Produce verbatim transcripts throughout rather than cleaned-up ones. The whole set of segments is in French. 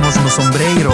estamos no sombrero.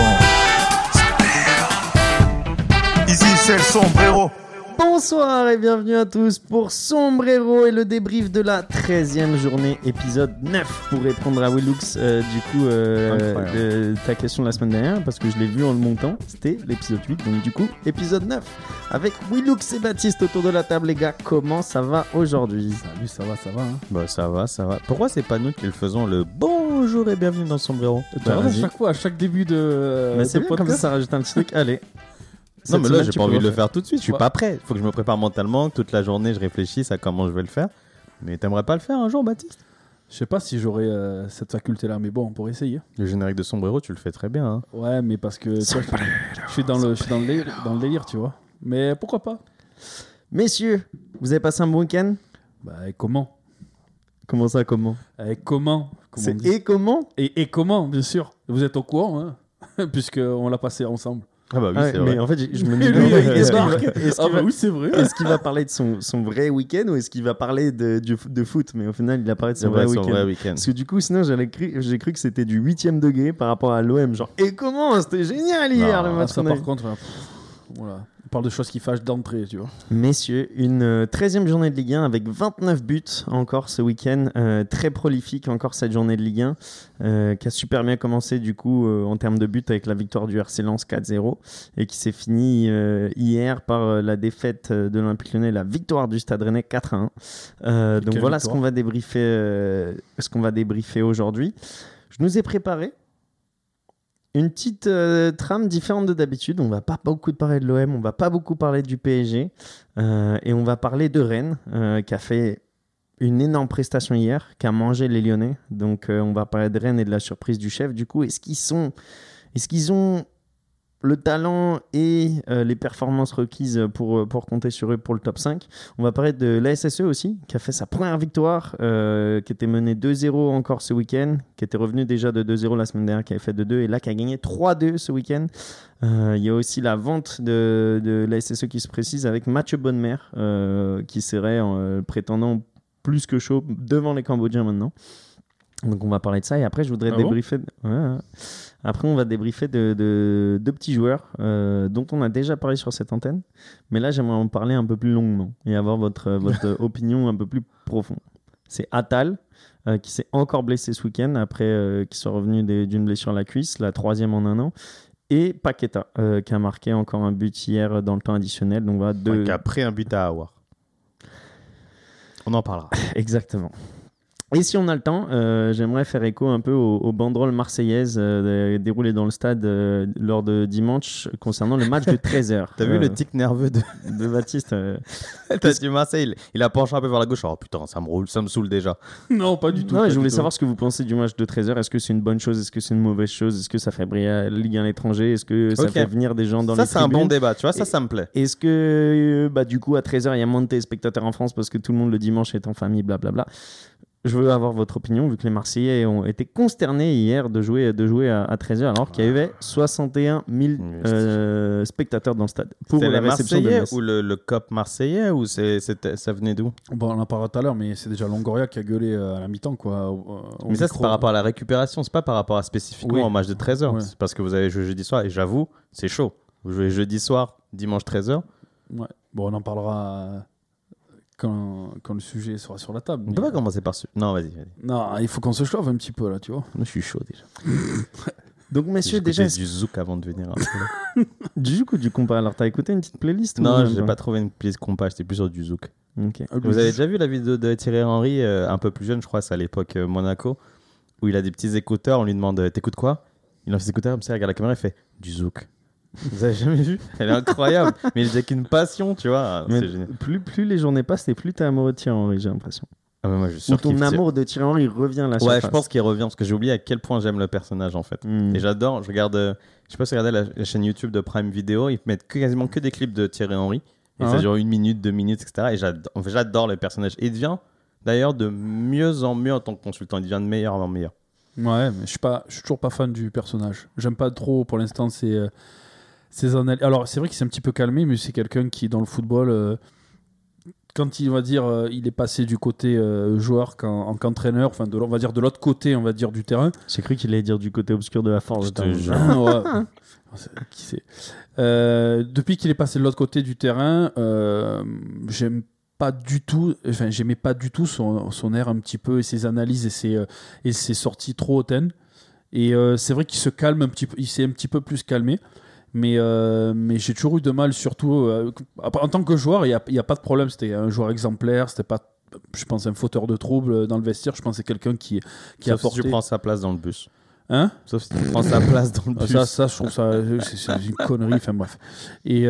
Sombrero. Ici c'est le sombrero. Bonsoir et bienvenue à tous pour Sombrero et le débrief de la treizième journée, épisode neuf. Pour répondre à Willux, euh, du coup, euh, de ta question de la semaine dernière, parce que je l'ai vu en le montant, c'était l'épisode huit, donc du coup, épisode neuf. Avec Willux et Baptiste autour de la table, les gars, comment ça va aujourd'hui? Salut, ça va, ça va. Hein. Bah ça va, ça va. Pourquoi c'est pas nous qui le faisons le bonjour et bienvenue dans Sombrero? Tu vois, à chaque fois, à chaque début de. Mais c'est de bien, comme ça, ça rajoute un petit truc. Allez. Non, mais là, semaine, j'ai tu pas peux envie de le refaire. faire tout de suite. Je suis Ouais. pas prêt. Faut que je me prépare mentalement. Toute la journée, je réfléchisse à comment je vais le faire. Mais t'aimerais pas le faire un jour, Baptiste? Je sais pas si j'aurais euh, cette faculté-là, mais bon, on pourrait essayer. Le générique de Sombrero, tu le fais très bien. Hein. Ouais, mais parce que tu vois, je, je suis dans le, je suis dans le délire, dans le délire, tu vois. Mais pourquoi pas? Messieurs, vous avez passé un bon week-end? Bah, et comment? Comment ça, comment? Et comment, comment on C'est dit et comment? et, et comment, bien sûr. Vous êtes au courant, hein puisqu'on l'a passé ensemble. Ah bah oui, Ah ouais, c'est vrai. mais en fait, je je me Et dis, lui, il est-ce qu'il va, débarque. est-ce Ah qu'il bah va- oui, c'est vrai. est-ce qu'il va parler de son, son vrai week-end ou est-ce qu'il va parler de, du, de foot? Mais au final, il a parlé de C'est son vrai, vrai son week-end. vrai week-end. Parce que du coup, sinon, j'avais cru, j'ai cru que c'était du huitième degré par rapport à l'O M. Genre, et comment? C'était génial hier, Non, le Ah, match ça, qu'on a par eu. contre, euh, pff, voilà. On parle de choses qui fâchent d'entrée, tu vois. Messieurs, une euh, treizième journée de Ligue un avec vingt-neuf buts encore ce week-end. Euh, très prolifique encore cette journée de Ligue un euh, qui a super bien commencé du coup euh, en termes de buts avec la victoire du R C Lens quatre zéro et qui s'est finie euh, hier par euh, la défaite euh, de l'Olympique Lyonnais, la victoire du Stade Rennais quatre à un. Euh, donc Quelle voilà ce victoire. qu'on va débriefer, euh, ce qu'on va débriefer aujourd'hui. Je nous ai préparé une petite euh, trame différente de d'habitude. On va pas beaucoup parler de l'O M, on va pas beaucoup parler du P S G euh, et on va parler de Rennes euh, qui a fait une énorme prestation hier, qui a mangé les Lyonnais. Donc euh, on va parler de Rennes et de la surprise du chef. Du coup, est-ce qu'ils sont, est-ce qu'ils ont le talent et euh, les performances requises pour, pour compter sur eux pour le top cinq? On va parler de l'A S S E aussi, qui a fait sa première victoire, euh, qui était menée deux zéro encore ce week-end, qui était revenu déjà de deux zéro la semaine dernière, qui avait fait deux deux, et là qui a gagné trois deux ce week-end. Euh, Il y a aussi la vente de, de l'A S S E qui se précise avec Mathieu Bonnemer, euh, qui serait en euh, prétendant plus que chaud devant les Cambodgiens maintenant. Donc on va parler de ça et après je voudrais Ah bon débriefer. Ouais, ouais. Après on va débriefer de de deux petits joueurs euh, dont on a déjà parlé sur cette antenne, mais là j'aimerais en parler un peu plus longuement et avoir votre votre opinion un peu plus profonde. C'est Attal euh, qui s'est encore blessé ce week-end après euh, qu'il soit revenu des- d'une blessure à la cuisse, la troisième en un an, et Paqueta euh, qui a marqué encore un but hier dans le temps additionnel. Donc voilà deux. Qui a pris un but à avoir. On en parlera. Exactement. Et si on a le temps, euh, j'aimerais faire écho un peu aux, aux banderoles marseillaises euh, déroulées dans le stade euh, lors de dimanche concernant le match de treize heures. T'as vu le tic nerveux de, de Baptiste euh, T'as du Marseille? Il, il a penché un peu vers la gauche. Oh putain, ça me roule, ça me saoule déjà. Non, pas du tout. Non, pas je du voulais tout. savoir ce que vous pensez du match de treize heures. Est-ce que c'est une bonne chose? Est-ce que c'est une mauvaise chose? Est-ce que ça fait briller la Ligue un à l'étranger? Est-ce que ça Ok. fait venir des gens dans Ça, les c'est un tribunes? bon débat. Tu vois, ça, Et- ça me plaît. Est-ce que, euh, bah, du coup, à treize heures, il y a moins de téléspectateurs en France parce que tout le monde le dimanche est en famille, blablabla. Je veux avoir votre opinion, vu que les Marseillais ont été consternés hier de jouer, de jouer à, à treize heures, alors qu'il y avait soixante et un mille euh, spectateurs dans le stade pour C'est la les réception de Marseillais Metz. ou le, le cop marseillais ou c'est, c'était- ça venait d'où? Bon, on en parlera tout à l'heure, mais c'est déjà Longoria qui a gueulé euh, à la mi-temps, quoi. au- au Mais ça, micro. c'est par rapport à la récupération, c'est pas par rapport à spécifiquement Oui. au match de treize heures. Ouais. C'est parce que vous avez joué jeudi soir et j'avoue, c'est chaud. Vous jouez jeudi soir, dimanche treize heures. Ouais. Bon, on en parlera euh, quand, quand le sujet sera sur la table. On mais- peut pas commencer par ce. Non, vas-y, vas-y. Non, il faut qu'on se chauffe un petit peu, là, tu vois. Moi, je suis chaud déjà. Donc, messieurs, J'ai déjà, écouté du zouk avant de venir. un peu, là. du coup, du compas, alors t'as écouté une petite playlist ou non, même j'ai pas trouvé une playlist compas, j'étais plus sur du zouk. Ok. Vous avez déjà vu la vidéo de Thierry Henry, euh, un peu plus jeune, je crois, c'est à l'époque euh, Monaco, où il a des petits écouteurs, on lui demande euh, t'écoutes quoi? Il lance ses écouteurs comme ça, il regarde la caméra, il fait du zouk. Vous avez jamais vu? Elle est incroyable, mais il est avec une passion, tu vois. Mais C'est génial. plus, plus les journées passent et plus t'es amoureux de Thierry Henry, j'ai l'impression. Ah, mais moi, je suis Ou sûr ton qu'il- amour de Thierry Henry revient à la Ouais, surface. je pense qu'il revient parce que j'ai oublié à quel point j'aime le personnage en fait. Hmm. Et j'adore, je regarde, euh, je sais pas si vous regardez la, la chaîne YouTube de Prime Video, ils mettent que- quasiment que des clips de Thierry Henry. Et Ah ça ouais dure une minute, deux minutes, et cetera. Et j'adore, en fait, j'adore le personnage. Et il devient d'ailleurs de mieux en mieux en tant que consultant. Il devient de meilleur en meilleur. Ouais, mais je suis pas, je suis toujours pas fan du personnage. J'aime pas trop pour l'instant ces, euh, ces analyses. Alors c'est vrai qu'il s'est un petit peu calmé, mais c'est quelqu'un qui dans le football, euh, quand il va dire, euh, il est passé du côté euh, joueur qu'en, en, qu'entraîneur, enfin, de, on va dire de l'autre côté, on va dire du terrain. J'ai cru qu'il allait dire du côté obscur de la force. Je te jure. Ouais. Qui sait. Euh, depuis qu'il est passé de l'autre côté du terrain, euh, j'aime pas du tout, enfin, j'aimais pas du tout son, son air un petit peu et ses analyses et ses, euh, et ses sorties trop hautaines. Et euh, c'est vrai qu'il se calme un petit peu, il s'est un petit peu plus calmé. Mais, euh, mais j'ai toujours eu de mal, surtout euh, en tant que joueur, il n'y a, y a pas de problème. C'était un joueur exemplaire, c'était pas, je pense, un fauteur de troubles dans le vestiaire. Je pense que c'est quelqu'un qui, qui a Sauf apporté. si tu prends sa place dans le bus. Hein Sauf si tu prends sa place dans le Ah, bus. ça, ça, je trouve ça c'est, c'est une connerie. Enfin bref. Et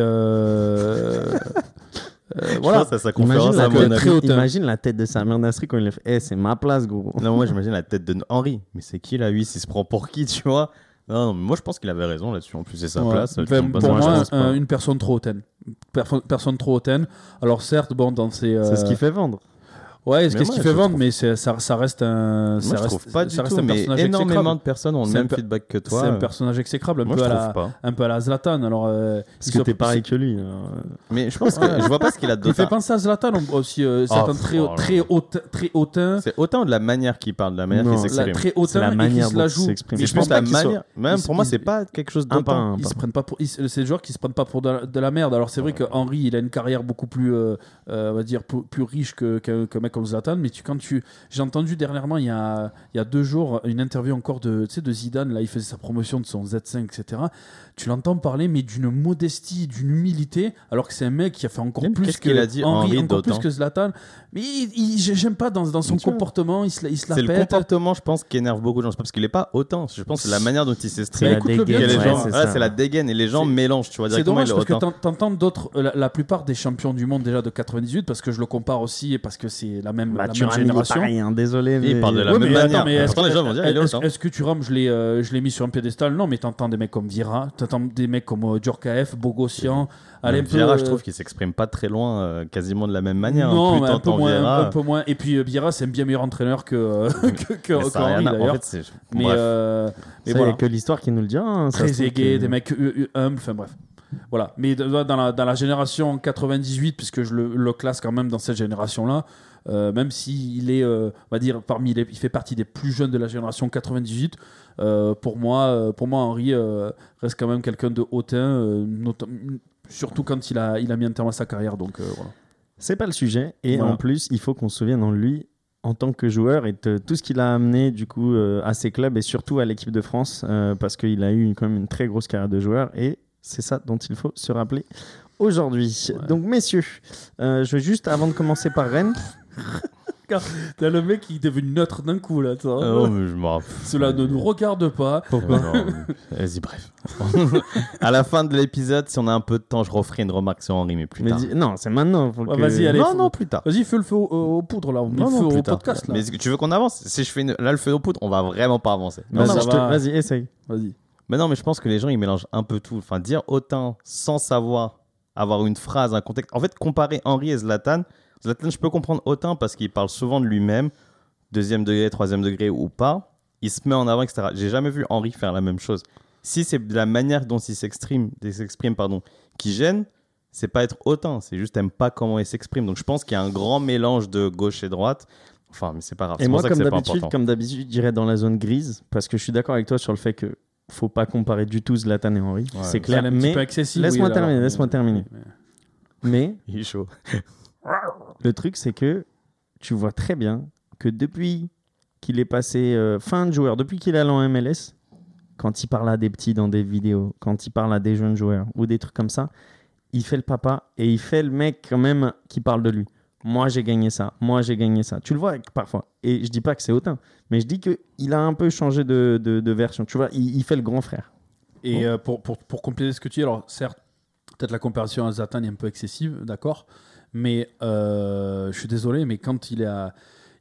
euh, euh, Je voilà. pense à sa Imagine conférence la, à mon tête, avis. Monaco. Très hautain. imagine la tête de Samir Nasri quand il a fait Eh, c'est ma place, gros. Non, moi j'imagine la tête de Henry. Mais c'est qui là, lui? S'il se prend pour qui, tu vois? Non, non, mais moi je pense qu'il avait raison là-dessus. En plus, c'est sa Ouais. place. Enfin, Tu tombes pas pour sur la moi, chance, un- pas. une personne trop hautaine. Perso- personne trop hautaine. Alors certes, bon, dans ces. euh, C'est ce qui fait vendre. Ouais, Mais qu'est-ce moi, qui je fait vendre, trouve- mais c'est, ça, ça reste un. Moi ça je reste, trouve pas du ça reste tout, un mais personnage énormément exécrable. de personnes ont le C'est un même per- feedback que toi. C'est un euh. personnage exécrable, un, Moi peu je à trouve la, pas. un peu à la Zlatan. Alors, euh, Parce il que se- t'es pareil que lui. alors. Mais je pense que je vois pas ce qu'il a Il fait d'autre. penser à Zlatan on- aussi. Euh, Zlatan pff, très, oh là très, là. hautain, très hautain. C'est autant de la manière qu'il parle, de la manière Non, qu'il la- La, s'exprime. très C'est hautain la et qui manière se la dont joue. il s'exprime. Mais C'est je pense plus la pas qu'ils soient- manière. Même ils- pour moi, ils- c'est pas quelque chose Un par d'autant. un. Ils se prennent pas pour. ils- c'est des joueurs qui se prennent pas pour de la, de la merde. Alors c'est vrai que Henry, il a une carrière beaucoup plus, euh, euh, on va dire, plus, plus riche que qu'un qu'un mec comme Zlatan. Mais tu, quand tu, j'ai entendu dernièrement, il y a, il y a deux jours, une interview encore de, tu sais, de Zidane. Là, il faisait sa promotion de son Z cinq, et cetera. Tu l'entends parler, mais d'une modestie, d'une humilité, alors que c'est un mec qui a fait encore Même plus qu'est-ce que qu'il a dit, Henry, Henry, encore plus d'autant que Zlatan. Mais il, il- j'aime pas dans, dans son Tu vois. comportement. Il se, la- il se la C'est le pète. comportement, je pense, qui énerve beaucoup de gens. C'est pas parce qu'il est pas autant. Je pense que c'est la manière dont il C'est s'exprime. la écoute-le bien, dégaine. Que les ouais, gens, c'est voilà, ça. c'est la dégaine et les gens C'est- mélangent. Tu vois C'est directement, il dommage est parce que autant. t'en- t'entends d'autres, euh, la, la plupart des champions du monde déjà de quatre-vingt-dix-huit, parce que je le compare aussi et parce que c'est la même, Bah, la tu même génération. pareil, hein, désolé. Il mais- parle de la Ouais, même mais attends, manière. mais est-ce Pourtant, que- les gens vont dire, il est est-ce, autant. est-ce que tu Thuram, je l'ai, euh, je l'ai mis sur un piédestal? Non, mais t'entends des mecs comme Vieira, t'entends des mecs comme euh, Djorkaeff, Bogossian. Allez, un peu, Vieira, je euh, trouve qu'il s'exprime pas très loin, euh, quasiment de la même manière. Non, Plus mais un peu, t'entends moins, Vieira, un peu moins. Et puis euh, Vieira, c'est un bien meilleur entraîneur que, euh, que, que, mais ça a qu'Henry, rien à- d'ailleurs. En fait, c'est. mais Bref. euh, Ça, mais il y voilà. a que l'histoire qui nous le dira. hein, ça Très se trouve aigués, que- des mecs hu- hu- humbles, enfin bref. Voilà. Mais de- dans la, dans la génération quatre-vingt-dix-huit, puisque je le, le classe quand même dans cette génération-là, euh, même s'il est, euh, on va dire, parmi les, il fait partie des plus jeunes de la génération quatre-vingt-dix-huit, euh, pour moi, euh, pour moi, Henry euh, reste quand même quelqu'un de hautain, euh, notam- surtout quand il a, il a mis un terme à sa carrière. Donc euh, voilà. C'est pas le sujet. Et Voilà. en plus, il faut qu'on se souvienne en lui en tant que joueur et de tout ce qu'il a amené du coup euh, à ses clubs et surtout à l'équipe de France euh, parce qu'il a eu une- quand même une très grosse carrière de joueur et c'est ça dont il faut se rappeler aujourd'hui. Ouais. Donc messieurs, euh, je vais juste avant de commencer par Rennes. T'as le mec qui est devenu neutre d'un coup là. toi. Oh, mais je m'en rappelle. Cela ne nous regarde pas. Pourquoi Vas-y, bref. À la fin de l'épisode, si on a un peu de temps, je referai une remarque sur Henry, mais plus Mais tard. dis- non, c'est maintenant. Faut Ouais, que- vas-y, allez. non, faut- non, plus tard. Vas-y, fais le feu au- aux poudres là. On met Non, le non, feu plus au tard. podcast là. Mais tu veux qu'on avance? Si je fais une... là le feu au poudre, on va vraiment pas avancer. Non, Vas-y, ça je te- va. vas-y, essaye. Vas-y. Mais non, mais je pense que les gens ils mélangent un peu tout. Enfin, dire autant sans savoir avoir une phrase, un contexte. En fait, comparer Henry et Zlatan, Zlatan, je peux comprendre autant parce qu'il parle souvent de lui-même, deuxième degré, troisième degré ou pas. Il se met en avant, et cetera. J'ai jamais vu Henry faire la même chose. Si c'est de la manière dont il s'exprime, il s'exprime pardon, qui gêne, c'est pas être autant, c'est juste t'aimes pas comment il s'exprime. Donc je pense qu'il y a un grand mélange de gauche et droite. Enfin, mais c'est pas grave. Et C'est moi, pour ça que comme c'est pas d'habitude, important. comme d'habitude, j'irais dans la zone grise parce que je suis d'accord avec toi sur le fait que faut pas comparer du tout Zlatan et Henry. Ouais, c'est ouais. clair. Elle est un petit Mais peu excessive. laisse-moi oui, terminer, alors. laisse-moi terminer. mais Il est chaud. le truc, c'est que tu vois très bien que depuis qu'il est passé euh, fin de joueur, depuis qu'il est allé en M L S, quand il parle à des petits dans des vidéos, quand il parle à des jeunes joueurs ou des trucs comme ça, il fait le papa et il fait le mec quand même qui parle de lui. Moi, j'ai gagné ça. Moi, j'ai gagné ça. Tu le vois parfois. Et je dis pas que c'est hautain, mais je dis qu'il a un peu changé de, de, de version. Tu vois, il, il fait le grand frère. Et euh, pour, pour, pour compléter ce que tu dis, alors certes, peut-être la comparaison à Zlatan est un peu excessive, d'accord, mais euh, je suis désolé, mais quand il a,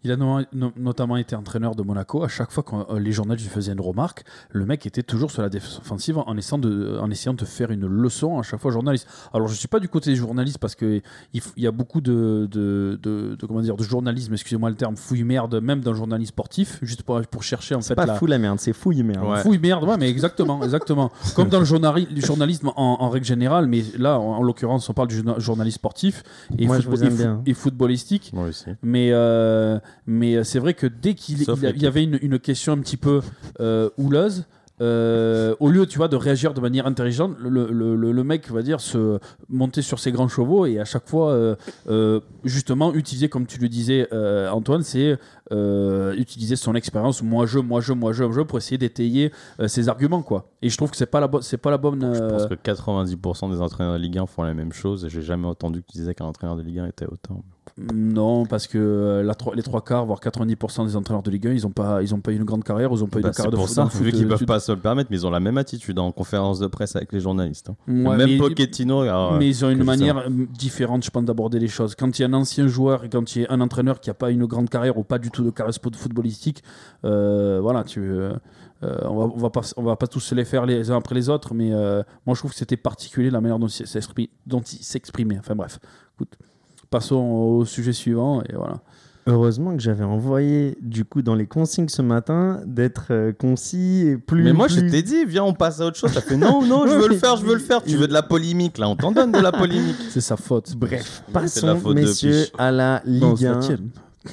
Il a no- no- notamment été entraîneur de Monaco. À chaque fois que euh, les journalistes lui faisaient une remarque, le mec était toujours sur la défense offensive en essayant de, en essayant de faire une leçon à chaque fois journaliste. Alors je suis pas du côté des journalistes parce que il, f- il y a beaucoup de, de, de, de- comment dire, de journalisme, excusez-moi le terme, fouille merde, même d'un journaliste sportif, juste pour, pour chercher en C'est fait pas la fou la merde, c'est fouille merde. Ouais. fouille merde, ouais, mais exactement, exactement. Comme dans le, journali- le journalisme en, en règle générale, mais là en, en l'occurrence on parle du journa- journaliste sportif et, Moi, je football- vous aime et, fo- bien. et footballistique. Moi aussi. Mais, euh, mais c'est vrai que dès qu'il Sauf il, a- les il y avait une, une question un petit peu euh, houleuse, euh, au lieu tu vois, de réagir de manière intelligente, le, le, le, le mec va dire se monter sur ses grands chevaux et à chaque fois, euh, euh, justement, utiliser, comme tu le disais, euh, Antoine, c'est euh, utiliser son expérience, moi je, moi je, moi je, moi je, pour essayer d'étayer euh, ses arguments, quoi. Et je trouve que c'est pas la bonne, c'est pas la bonne. Je euh, pense que quatre-vingt-dix pour cent des entraîneurs de Ligue un font la même chose et j'ai jamais entendu que tu disais qu'un entraîneur de Ligue un était autant. Non, parce que euh, la tro- les trois quarts, voire quatre-vingt-dix pour cent des entraîneurs de Ligue un, ils n'ont pas, ils ont pas eu une grande carrière, ils n'ont pas eu Bah, de c'est carrière de pour foot- ça, dans le foot vu qu'ils de- peuvent de- pas se le permettre, mais ils ont la même attitude en conférence de presse avec les journalistes. hein. Ouais, Même mais- Pochettino, alors, mais ils ont que une je manière euh, différente, je pense, d'aborder les choses. Quand il y a un ancien joueur et quand il y a un entraîneur qui n'a pas une grande carrière ou pas du tout de carrière sport- footballistique, euh, voilà, tu, euh, euh, on va, on va pas, on va pas tous se les faire les uns après les autres, mais euh, moi je trouve que c'était particulier la manière dont il s'exprimait. Dont il s'exprimait. Enfin bref, écoute, passons au sujet suivant et voilà. Heureusement que j'avais envoyé du coup dans les consignes ce matin d'être euh, concis et plus. Mais moi, je plus- t'ai dit, viens, on passe à autre chose. T'as fait non, non, je veux le faire, je veux le faire. Tu veux de la polémique, là, on t'en donne de la polémique. C'est sa faute. Bref, Oui, c'est de la passons faute de messieurs Piche. à la Non, Ligue c'est la un. tienne.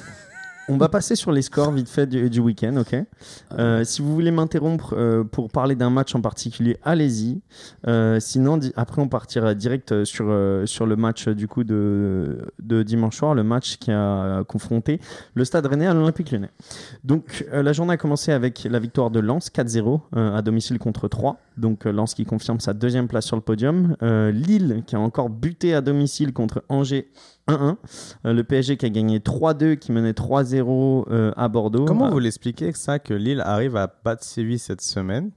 On va passer sur les scores vite fait du, du week-end, ok. Euh, si vous voulez m'interrompre euh, pour parler d'un match en particulier, allez-y. Euh, sinon, di- après, on partira direct sur, euh, sur le match euh, du coup de, de dimanche soir, le match qui a euh, confronté le Stade Rennais à l'Olympique Lyonnais. Donc, euh, la journée a commencé avec la victoire de Lens, quatre zéro euh, à domicile contre trois. Donc, euh, Lens qui confirme sa deuxième place sur le podium. Euh, Lille qui a encore buté à domicile contre Angers un un. Euh, le P S G qui a gagné trois deux, qui menait trois zéro euh, à Bordeaux. Comment Ah, vous l'expliquez ça que Lille arrive à battre Séville cette semaine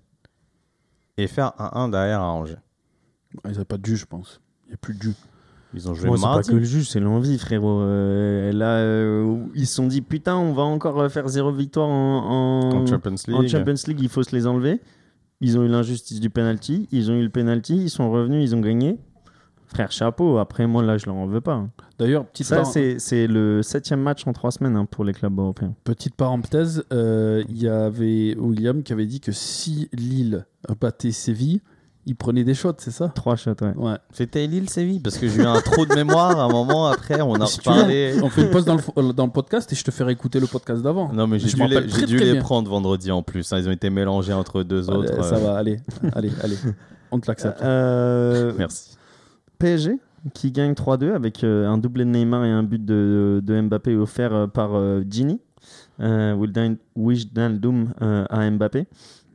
et faire un un derrière à Angers? Ils n'avaient pas de jus, je pense. Il n'y a plus de jus. Ils ont joué Moi, c'est pas mardi. que le juge, c'est l'envie, frérot. Euh, là, euh, ils se sont dit, putain, on va encore euh, faire zéro victoire en, en, En Champions League. en Champions League, il faut se les enlever. Ils ont eu l'injustice du penalty, ils ont eu le penalty, ils sont revenus, ils ont gagné. Frère, chapeau. Après, moi, là, je leur en veux pas. hein. D'ailleurs, petite, Ça, par- c'est c'est le septième match en trois semaines hein, pour les clubs européens. petite parenthèse, euh, il y avait William qui avait dit que si Lille battait Séville, il prenait des shots, c'est ça? Trois shots, ouais. Ouais. C'était Lille-Séville parce que j'ai eu un trou de mémoire à un moment après, on a Si tu veux, reparlé. on fait une pause dans le, fo- dans le podcast et je te ferai écouter le podcast d'avant. Non, mais j'ai Je dû m'en les, rappelle j'ai très, dû très les bien. prendre vendredi en plus. hein. Ils ont été mélangés entre deux Allez, autres. ça euh, va, allez, allez, allez. On te l'accepte. Euh, Merci. P S G qui gagne trois deux avec euh, un doublé de Neymar et un but de, de Mbappé offert euh, par euh, Gini. Euh, Wijnaldum- Wijnaldum euh, à Mbappé.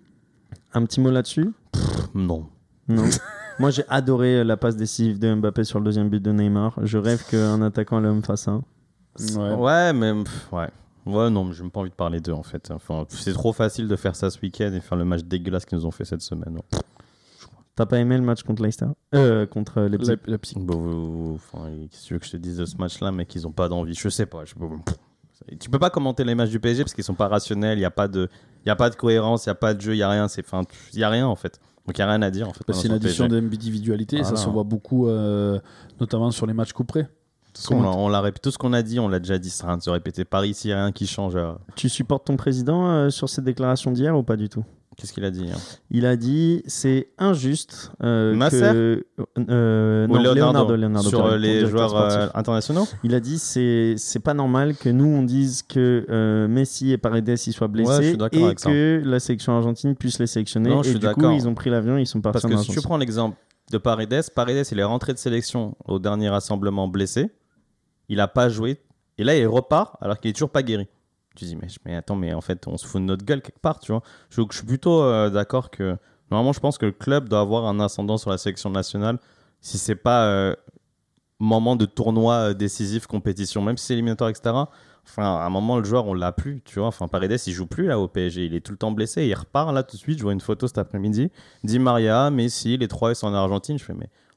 Un petit mot là-dessus? Non. Non. Moi, j'ai adoré la passe décisive de Mbappé sur le deuxième but de Neymar. Je rêve qu'un attaquant l'homme fasse ça. Ouais. Ouais, mais pff, ouais. Ouais, non, mais j'ai même pas envie de parler d'eux en fait. Enfin, c'est trop facile de faire ça ce week-end et faire le match dégueulasse qu'ils nous ont fait cette semaine. Non. T'as pas aimé le match contre Leicester euh, Contre Leipzig. La, la psy- Bon, vous- enfin, qu'est-ce que tu veux que je te dise de ce match-là, mec? Ils ont pas d'envie. Je sais pas. Je peux- pff. Tu peux pas commenter les matchs du P S G parce qu'ils sont pas rationnels. Il y a pas de, il y a pas de cohérence, il y a pas de jeu, il y a rien. C'est, enfin, il y a rien en fait. Donc il y a rien à dire en fait. Bah, c'est une sur le P S G. addition d'individualité et ça Voilà. se voit beaucoup, euh, notamment sur les matchs couperés. Tout ce qu'on a- on l'a répété, tout ce qu'on a dit, on l'a déjà dit. Ça sert à rien de se répéter. Paris, s'il y a rien qui change. euh, Tu supportes ton président euh, sur ses déclarations d'hier ou pas du tout? Qu'est-ce qu'il a dit hein Il a dit c'est injuste euh, Nasser que euh, Ou non, Leonardo, Leonardo, Leonardo, sur pardon, euh, les directeur joueurs sportif. euh, internationaux. Il a dit c'est c'est pas normal que nous on dise que euh, Messi et Paredes ils soient Ouais, je blessés suis d'accord et avec ça. que la sélection argentine puisse les sélectionner. Non, je et suis du coup d'accord. ils ont pris l'avion, ils sont partis Parce en que si tu Argentine. prends l'exemple de Paredes, Paredes il est rentré de sélection au dernier rassemblement blessé. Il a pas joué et là il repart alors qu'il est toujours pas guéri. Tu dis mais, mais attends mais en fait on se fout de notre gueule quelque part tu vois. Je, je suis plutôt euh, d'accord que normalement je pense que le club doit avoir un ascendant sur la sélection nationale si c'est pas euh, moment de tournoi euh, décisif compétition même si c'est éliminatoire et cetera. Enfin à un moment le joueur on l'a plus tu vois. Enfin Paredes il joue plus là au P S G il est tout le temps blessé et il repart là tout de suite. Je vois une photo cet après-midi. Di Maria, Messi les trois ils sont en Argentine. Je fais mais on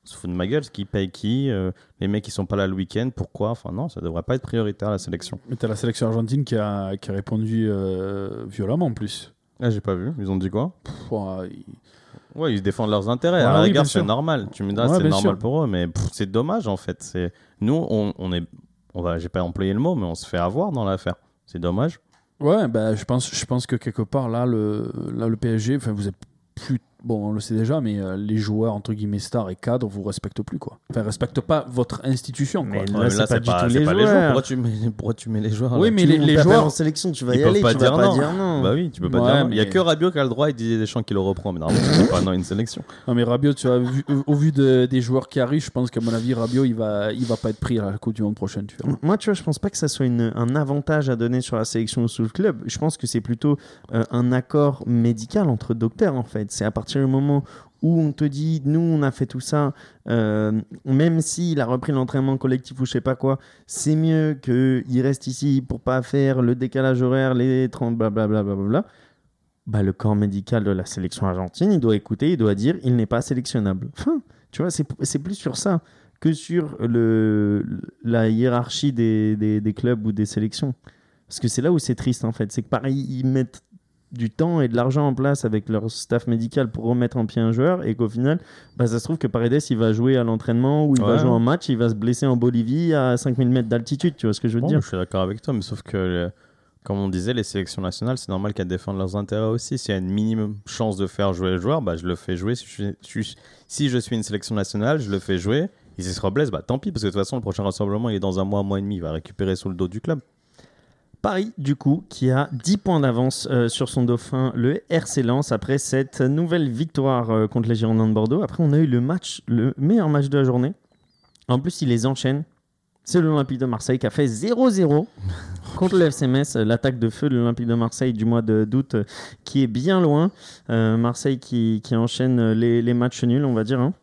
se fout de ma gueule, qui paye qui, euh, les mecs qui sont pas là le week-end, pourquoi? Enfin non, ça devrait pas être prioritaire la sélection. Mais t'as la sélection argentine qui a, qui a répondu euh, violemment en plus. Ah, j'ai pas vu, ils ont dit quoi? Pff, ouais, il- Ouais, ils défendent leurs intérêts. Ouais, à la oui, rigueur, bien c'est sûr. normal. Tu me diras, Ouais, c'est bien normal sûr. pour eux, mais pff, c'est dommage en fait. C'est... Nous, on, on est. On va... J'ai pas employé le mot, mais on se fait avoir dans l'affaire. C'est dommage. Ouais, bah, je, pense, je pense que quelque part, là, le, là, le P S G, enfin, vous êtes plus. Bon, on le sait déjà, mais euh, les joueurs, entre guillemets, stars et cadres, vous respectent plus, quoi. Enfin, respectent pas votre institution, quoi. Mais Ouais, là, mais c'est là, pas c'est du pas, tout c'est les pas les joueurs. joueurs. Pourquoi tu mets, pourquoi tu mets les joueurs Oui, là mais Tout les, le monde les t'appelle joueurs. en sélection, tu vas Ils y peuvent aller, pas tu dire vas pas non. dire non. Bah oui, tu peux pas Ouais, dire non. Il y a mais- que Rabiot qui a le droit et Didier Deschamps qui le reprend. Mais normalement, c'est pas non une sélection. Non, mais Rabiot, tu vois, vu- au vu de- des joueurs qui arrivent, je pense qu'à mon avis, Rabiot, il va, il va pas être pris à la Coupe du Monde prochaine, tu vois. Moi, tu vois, je pense pas que ça soit une- un avantage à donner sur la sélection ou sous le club. Je pense que c'est plutôt euh, un accord médical entre docteurs, en fait. C'est à partir du moment où on te dit, nous, on a fait tout ça, euh, même s'il a repris l'entraînement collectif ou je sais pas quoi, c'est mieux qu'il reste ici pour pas faire le décalage horaire, les trente, blablabla. Bla, bla, bla. Bah, le corps médical de la sélection argentine, il doit écouter, il doit dire, il n'est pas sélectionnable. Enfin, tu vois, c'est c'est plus sur ça que sur le, la hiérarchie des, des, des clubs ou des sélections. Parce que c'est là où c'est triste, en fait. C'est que pareil, ils mettent du temps et de l'argent en place avec leur staff médical pour remettre en pied un joueur et qu'au final, bah, ça se trouve que Paredes, il va jouer à l'entraînement ou il va Ouais. jouer en match, il va se blesser en Bolivie à cinq mille mètres d'altitude. Tu vois ce que je veux Bon, dire? je suis d'accord avec toi, mais sauf que, le- comme on disait, les sélections nationales, c'est normal qu'elles défendent leurs intérêts aussi. S'il y a une minimum chance de faire jouer le joueur, bah, je le fais jouer. Si je, suis, je suis- si je suis une sélection nationale, je le fais jouer. Et s'il se reblesse, bah, tant pis, parce que de toute façon, le prochain rassemblement, il est dans un mois, un mois et demi. Il va récupérer sous le dos du club. Paris, du coup, qui a dix points d'avance euh, sur son dauphin, le R C Lens, après cette nouvelle victoire euh, contre les Girondins de Bordeaux. Après, on a eu le match, le meilleur match de la journée. En plus, il les enchaîne. C'est l'Olympique de Marseille qui a fait zéro zéro contre le F C Metz, l'attaque de feu de l'Olympique de Marseille du mois de- d'août euh, qui est bien loin. Euh, Marseille qui, qui enchaîne les, les matchs nuls, on va dire. hein.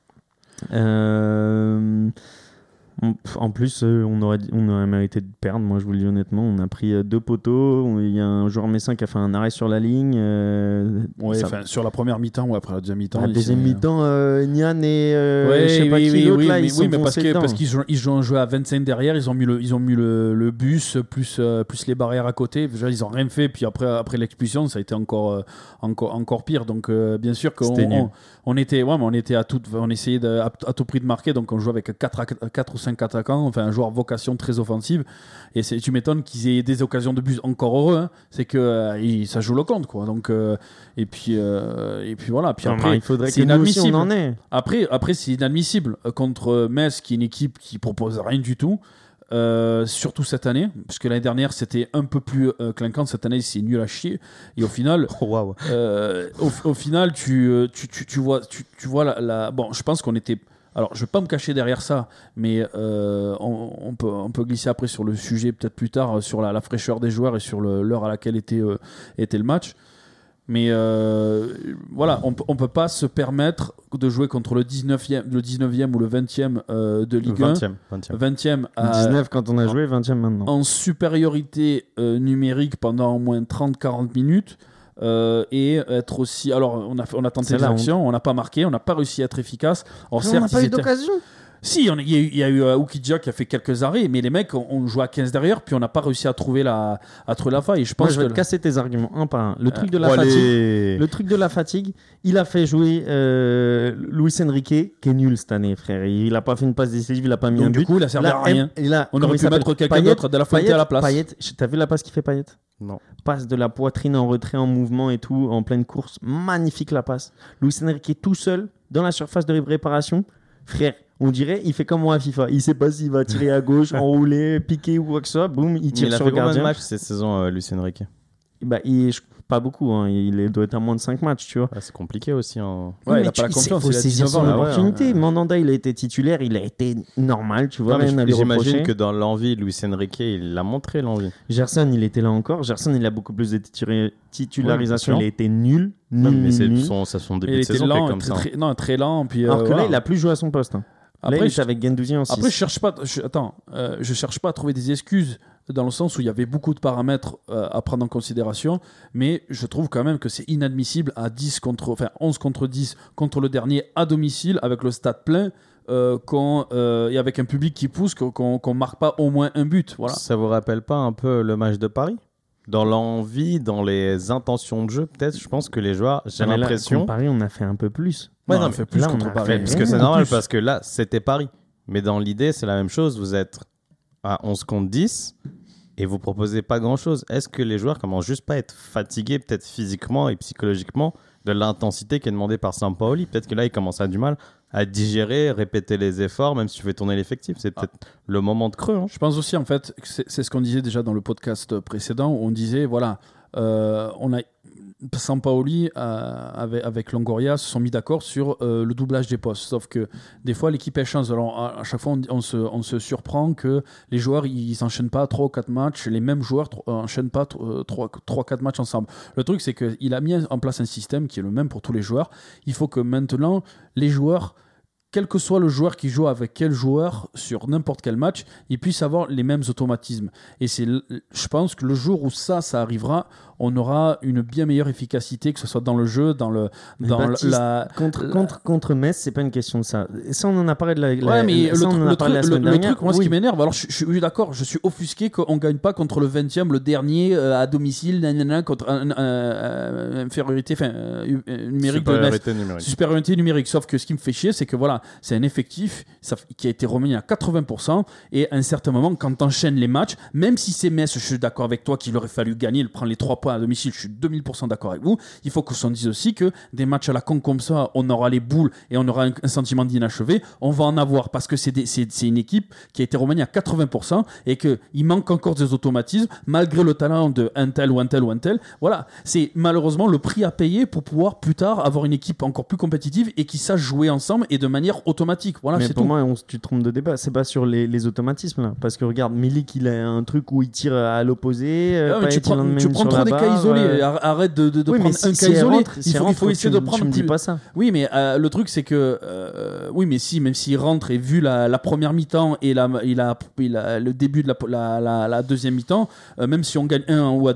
Euh, on- en plus, euh, on aurait, on aurait mérité de perdre, moi je vous le dis honnêtement. On a pris euh, deux poteaux. On- Il y a un joueur messin qui a fait un arrêt sur la ligne. euh, Ouais, ça- enfin, sur la première mi-temps ou après la deuxième mi-temps. la il deuxième s'est- mi-temps, euh, Nian et euh, Ouais, je sais pas oui, qui oui, l'autre oui, là, mais, ils sont oui, mais parce foncés que dedans. parce qu'ils ont, ils ont joué à vingt-cinq derrière, ils ont mis le ils ont mis le, le bus plus euh, plus les barrières à côté. Déjà, ils ont rien fait. Puis après après l'expulsion, ça a été encore euh, encore encore pire. Donc euh, bien sûr qu'on C'était nul. on, on était ouais, mais on était à tout on essayait de, à, à tout prix de marquer. Donc on jouait avec quatre ou cinq attaquants, enfin un joueur vocation très offensive. Et c'est, tu m'étonnes qu'ils aient des occasions de but encore heureux. hein. C'est que euh, il- ça joue le compte quoi. Donc euh, et puis euh, et puis voilà. Puis Non, après mais il faudrait c'est que nous aussi, on inadmissible. en ait. Après, après c'est inadmissible euh, contre Metz, qui est une équipe qui propose rien du tout. Euh, surtout cette année, parce que l'année dernière c'était un peu plus euh, clinquant. Cette année c'est nul à chier. Et au final, Oh, waouh. euh, au, au final, tu, euh, tu, tu, tu vois, tu, tu vois la, la- Bon, je pense qu'on était. Alors, je vais pas me cacher derrière ça, mais euh, on, on peut, on peut glisser après sur le sujet peut-être plus tard, euh, sur la, la fraîcheur des joueurs et sur le- l'heure à laquelle était, euh, était le match. Mais euh, voilà, on, peut- on peut pas se permettre de jouer contre le dix-neuvième, le dix-neuvième ou le vingtième euh, de Ligue un. vingtième. vingtième. vingtième à- dix-neuf quand on a joué, vingtième maintenant. en supériorité euh, numérique pendant au moins trente à quarante minutes euh, et être aussi. Alors, on a, on a tenté C'est des la actions, on n'a pas marqué, on n'a pas réussi à être efficace. Alors, on n'a certes, pas ils eu étaient- d'occasion. Si, on- il y a eu, il y a eu euh, Oukidja qui a fait quelques arrêts, mais les mecs, on, on joue à quinze derrière, puis on n'a pas réussi à trouver la, à trouver la faille. Et je Moi, pense je vais que te casser tes arguments un par un. Le truc de la Oh, fatigue. allez. Le truc de la fatigue, il a fait jouer euh, Luis Enrique, qui est nul cette année, frère. Il a pas fait une passe décisive, il a pas mis donc, un du but. coup, il a servi Là, à rien. et là, On comment aurait il pu s'appelle mettre quelqu'un Payet, d'autre de la Fuente Payet, à la place. Payet, t'as vu la passe qu'il fait Payet? Non. Passe de la poitrine en retrait, en mouvement et tout, en pleine course. Magnifique la passe. Luis Enrique tout seul dans la surface de réparation. Frère, on dirait, il fait comme moi à FIFA. Il sait pas s'il va tirer à gauche, enrouler, piquer ou quoi que ce soit. Boum, il Mais tire il a sur fait le combien de gardien. matchs cette saison, euh, Luis Enrique? Bah, il, je- pas beaucoup. Hein. Il doit être à moins de cinq matchs, tu vois. Ah, c'est compliqué aussi. Hein. Ouais, Oui, il mais a pas la tu- confiance, Il faut il a saisir dix-neuf son ans, là, ouais, opportunité. ouais. Mandanda, il a été titulaire, il a été normal, tu vois, Non, mais rien à lui J'imagine reprocher. que dans l'envie, Luis Enrique, il l'a montré l'envie. Gerson, il était là encore. Gerson, il a beaucoup plus de titura- titularisation. Ouais, bien il a été nul, Non, nul, mais c'est nul. son, ça, son Et début il de était saison qui est lent, comme très, ça. très- non, très lent. Puis, euh, Alors que voilà. là, il a plus joué à son poste. hein. Après, là, il je- est avec Gendouzi en six. Après, je cherche pas. Je, attends, euh, je cherche pas à trouver des excuses dans le sens où il y avait beaucoup de paramètres euh, à prendre en considération, mais je trouve quand même que c'est inadmissible à dix contre, enfin onze contre dix contre le dernier à domicile avec le stade plein. euh, qu'on, euh, et avec un public qui pousse, qu'on, qu'on, qu'on marque pas au moins un but. Voilà. Ça vous rappelle pas un peu le match de Paris ? Dans l'envie, dans les intentions de jeu, peut-être, je pense que les joueurs, j'ai Ah, mais là, l'impression... contre Paris, on a fait un peu plus. Ouais, non, on mais fait plus là, contre on a Paris. fait Parce que c'est beaucoup normal, plus. parce que là, c'était Paris. Mais dans l'idée, c'est la même chose. Vous êtes à onze contre dix et vous proposez pas grand-chose. Est-ce que les joueurs commencent juste pas à être fatigués, peut-être physiquement et psychologiquement, de l'intensité qui est demandée par Sampaoli ? Peut-être que là, ils commencent à avoir du mal à digérer, répéter les efforts, même si tu fais tourner l'effectif. C'est peut-être ah. le moment de creux. Hein. Je pense aussi, en fait, que c'est, c'est ce qu'on disait déjà dans le podcast précédent, où on disait, voilà, euh, on a... Sampaoli euh, avec, avec Longoria se sont mis d'accord sur euh, le doublage des postes. Sauf que des fois, l'équipe elle change. Alors, à, à chaque fois, on, on, se, on se surprend que les joueurs ils n'enchaînent pas trois ou quatre matchs. Les mêmes joueurs n'enchaînent pas trois ou quatre matchs ensemble. Le truc, c'est qu'il a mis en place un système qui est le même pour tous les joueurs. Il faut que maintenant, les joueurs, quel que soit le joueur qui joue avec quel joueur sur n'importe quel match, ils puissent avoir les mêmes automatismes. Et c'est, je pense que le jour où ça, ça arrivera, on aura une bien meilleure efficacité, que ce soit dans le jeu, dans le, dans Baptiste, la contre la... contre contre Metz, c'est pas une question de ça. Ça, on en a parlé de la. la ouais, mais ça, le, on en le, a parlé la truc, semaine le, le dernière. truc, moi, oui. ce qui m'énerve, alors je, je, je suis d'accord, je suis offusqué qu'on gagne pas contre le vingtième, le dernier euh, à domicile, nanana, contre un, un, un, infériorité, enfin, euh, numérique de Metz. numérique. Supériorité numérique. Sauf que ce qui me fait chier, c'est que voilà, c'est un effectif ça, qui a été remis à quatre-vingts pour cent et à un certain moment, quand tu enchaînes les matchs, même si c'est Metz, je suis d'accord avec toi qu'il aurait fallu gagner, prendre les trois points à domicile, je suis deux mille pour cent d'accord avec vous. Il faut qu'on se dise aussi que des matchs à la con comme ça, on aura les boules et on aura un, un sentiment d'inachevé. On va en avoir parce que c'est, des, c'est, c'est une équipe qui a été remaniée à quatre-vingts pour cent et qu'il manque encore des automatismes malgré le talent de un tel ou un tel ou un tel. Voilà, c'est malheureusement le prix à payer pour pouvoir plus tard avoir une équipe encore plus compétitive et qui sache jouer ensemble et de manière automatique. Voilà, mais c'est pour tout. moi, on, tu te trompes de débat. C'est pas sur les, les automatismes là. Parce que regarde, Milik, il a un truc où il tire à l'opposé. Ah, mais tu prends, tu prends trop des cas isolés. Euh... Arrête de, de, de oui, prendre si, un si cas isolé. Rentre, il si faut, rentre, il faut essayer tu, de prendre. Tu me dis plus... pas ça. Oui, mais euh, le truc c'est que euh, oui, mais si, même s'il rentre et vu la, la première mi-temps et la, il a, il a le début de la, la, la, la deuxième mi-temps, euh, même si on gagne un ou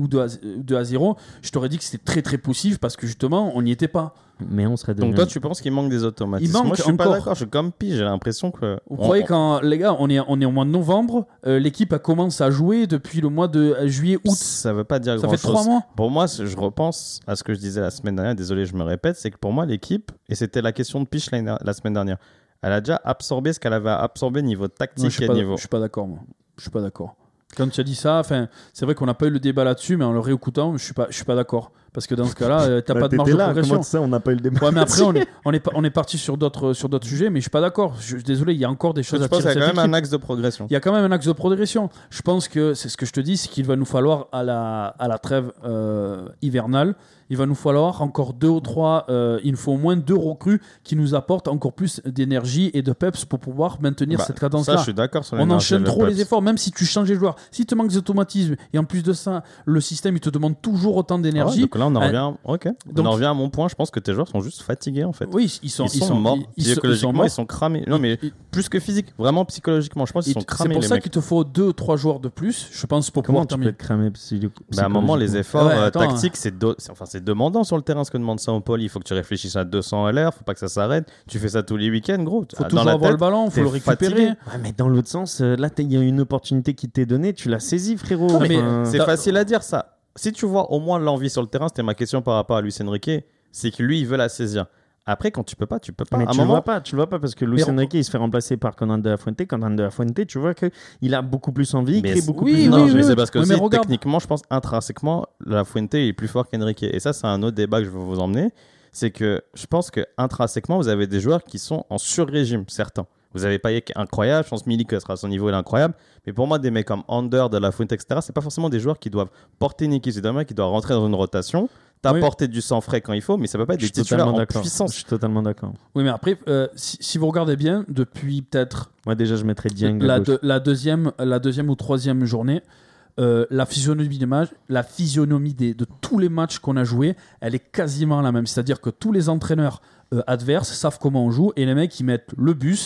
deux à zéro, je t'aurais dit que c'était très très poussif parce que justement on n'y était pas. Mais on serait Donc toi, tu penses qu'il manque des automatismes ? Il manque Moi, je suis encore. pas d'accord. Je suis comme pige. J'ai l'impression que. Vous on, croyez on... quand les gars, on est on est au mois de novembre, euh, l'équipe a commencé à jouer depuis le mois de juillet, août. Ça veut pas dire ça grand-chose. Ça fait trois mois. Pour moi, je repense à ce que je disais la semaine dernière. Désolé, je me répète, c'est que pour moi, l'équipe, et c'était la question de Piche la, la semaine dernière, elle a déjà absorbé ce qu'elle avait absorbé niveau tactique non, et niveau. Je suis pas d'accord, moi. Je suis pas d'accord. Quand tu as dit ça, c'est vrai qu'on n'a pas eu le débat là-dessus, mais en le réécoutant, je suis pas, je suis pas d'accord. Parce que dans ce cas-là, euh, t'as bah, pas de marge là, de progression. Comment ça, on n'a pas eu le débat. Ouais, mais après, on est, on est, on est parti sur d'autres, sur d'autres sujets, mais je suis pas d'accord. Je suis désolé, il y a encore des choses je à pense tirer. qu'il y a quand même équipe. un axe de progression. Il y a quand même un axe de progression. Je pense que c'est ce que je te dis, c'est qu'il va nous falloir à la, à la trêve euh, hivernale. Il va nous falloir encore deux ou trois, euh, il nous faut au moins deux recrues qui nous apportent encore plus d'énergie et de peps pour pouvoir maintenir bah, cette cadence-là. Ça, je suis d'accord sur On enchaîne trop peps. les efforts, même si tu changes les joueurs. Si tu manques des automatismes et en plus de ça, le système il te demande toujours autant d'énergie. Ah ouais, donc là, on en euh, revient. Ok. donc, on en revient à mon point. Je pense que tes joueurs sont juste fatigués en fait. Oui, ils sont, ils sont, ils sont morts. Ils, psychologiquement, ils sont, morts. ils sont cramés. Non, mais ils, plus que physique, vraiment psychologiquement. Je pense qu'ils sont cramés. C'est pour les ça mecs. qu'il te faut deux, trois joueurs de plus. Je pense pour Comment pouvoir tu terminer. peux être cramé psychologiquement. Bah, à un moment, les efforts ouais, euh, attends, tactiques, c'est, do... c'est, enfin, c'est demandant sur le terrain ce que demande ça au pôle. Il faut que tu réfléchisses à deux cents à l'heure. Faut pas que ça s'arrête. Tu fais ça tous les week-ends, gros. Faut dans toujours la avoir tête, le ballon. Faut le récupérer. Ouais, mais dans l'autre sens, euh, là, il y a une opportunité qui t'est donnée. Tu l'as saisie, frérot. Ah, mais enfin... c'est facile à dire ça. Si tu vois au moins l'envie sur le terrain, c'était ma question par rapport à Luis Enrique, c'est que lui, il veut la saisir. Après, quand tu peux pas, tu peux pas. Mais à un tu moment... le vois pas, tu le vois pas parce que Luis Mais Enrique il se fait remplacer par Conan de la Fuente. Conan de la Fuente, tu vois que il a beaucoup plus envie, il mais crée beaucoup oui, plus. oui, non, oui, mais oui. c'est parce que Oui, aussi, mais regarde. techniquement, je pense intrinsèquement, la Fuente est plus fort qu'Enrique. Et ça, c'est un autre débat que je veux vous emmener. C'est que je pense que intrinsèquement, vous avez des joueurs qui sont en sur-régime, certains. Vous avez Payet qui est incroyable, je pense que Milik sera à son niveau, il est incroyable. Mais pour moi, des mecs comme Under, de la Fuente, et cetera, c'est pas forcément des joueurs qui doivent porter une équipe, c'est des mecs qui doivent rentrer dans une rotation. T'apporter oui. du sang frais quand il faut, mais ça peut pas être des titulaires en puissance. Je suis totalement d'accord. Oui, mais après, euh, si, si vous regardez bien, depuis peut-être. Moi, déjà, je mettrais Dieng. La, de, la, deuxième, la deuxième ou troisième journée, euh, la physionomie des matchs, la physionomie des, de tous les matchs qu'on a joués, elle est quasiment la même. C'est-à-dire que tous les entraîneurs euh, adverses savent comment on joue et les mecs, ils mettent le bus.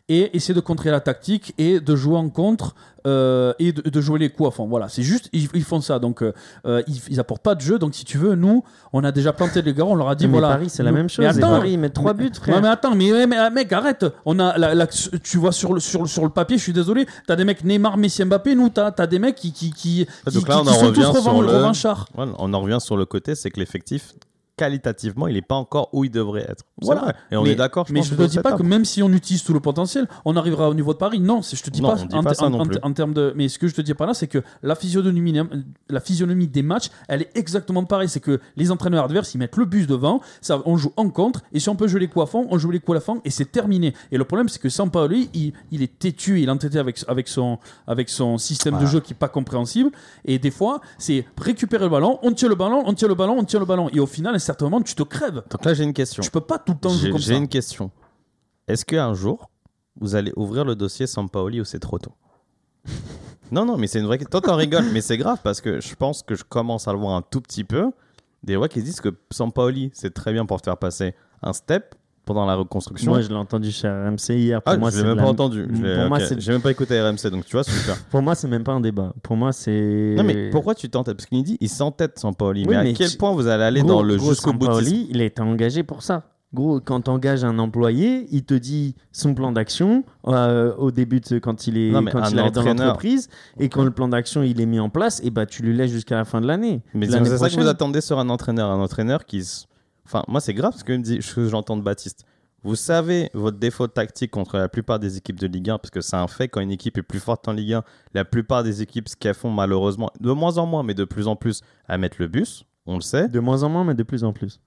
et essayer de contrer la tactique et de jouer en contre euh, et de, de jouer les coups à fond. Voilà, c'est juste, ils, ils font ça. Donc, euh, ils, ils apportent pas de jeu. Donc, si tu veux, nous, on a déjà planté les gars, on leur a dit mais voilà. Paris, c'est nous, la même chose. Mais attends, Paris, ils mettent trois buts, frère. Ouais, mais attends, mais, mais, mais mec, arrête. On a, la, la, tu vois, sur le, sur, sur le papier, je suis désolé, t'as des mecs Neymar, Messi, Mbappé, nous, t'as, t'as des mecs qui, qui, qui, Donc qui, là, on qui en sont revient tous sur revan- le- revanchards. Ouais, on en revient sur le côté, c'est que l'effectif, qualitativement, il n'est pas encore où il devrait être. C'est Voilà. vrai. Et on mais, est d'accord. Mais pense, je ne sur te dis cette pas table. que même si on utilise tout le potentiel, on arrivera au niveau de Paris. Non, c'est, je te dis Non, pas. on dit en, pas ça en- non en- plus. en termes de. Mais ce que je te dis par là, c'est que la physionomie, la physionomie des matchs, elle est exactement pareille. C'est que les entraîneurs adverses, ils mettent le bus devant. Ça, on joue en contre. Et si on peut jouer les coups à fond, on joue les coups à fond et c'est terminé. Et le problème, c'est que Sampaoli, il, il est têtu, il est entêté avec, avec, son, avec son système Voilà. de jeu qui n'est pas compréhensible. Et des fois, c'est récupérer le ballon, on tire le ballon, on tire le ballon, on tire le ballon. Et au final, à un certain moment, tu te crèves. Donc là, j'ai une question. Tu peux pas tout le temps jouer J'ai comme j'ai ça. une question. Est-ce qu'un jour, vous allez ouvrir le dossier Sampaoli ou c'est trop tôt? Non, non, mais c'est une vraie question. Toi, t'en rigoles, mais c'est grave parce que je pense que je commence à le voir un tout petit peu. Des voix qui se disent que Sampaoli, c'est très bien pour te faire passer un step pendant la reconstruction. Moi, je l'ai entendu chez R M C hier. Pour ah, moi, je c'est l'ai même de pas la- entendu. Je l'ai- Pour moi, ok. c'est J'ai même pas écouté R M C, donc tu vois, super. Pour moi, c'est même pas un débat. Pour moi, c'est. Non, mais pourquoi tu t'entêtes? Parce qu'il dit, il s'entête Sampaoli. Oui, mais à mais quel tu- point vous allez aller Gros, dans le gros, jusqu'au boutisme? Sampaoli, il a été engagé pour ça. Gros, quand tu engages un employé, il te dit son plan d'action euh, au début de, quand il est Non, mais quand un il arrive dans entraîneur- l'entreprise et quand le plan d'action il est mis en place, et bah tu lui laisses jusqu'à la fin de l'année. Mais c'est L'année c'est ça que prochaine. vous attendez sur un entraîneur. Un entraîneur qui. s- Enfin, moi, c'est grave ce que, me dit, ce que j'entends de Baptiste. Vous savez votre défaut tactique contre la plupart des équipes de Ligue un, parce que c'est un fait, quand une équipe est plus forte en Ligue un, la plupart des équipes, ce qu'elles font malheureusement, de moins en moins, mais de plus en plus, à mettre le bus, on le sait. De moins en moins, mais de plus en plus.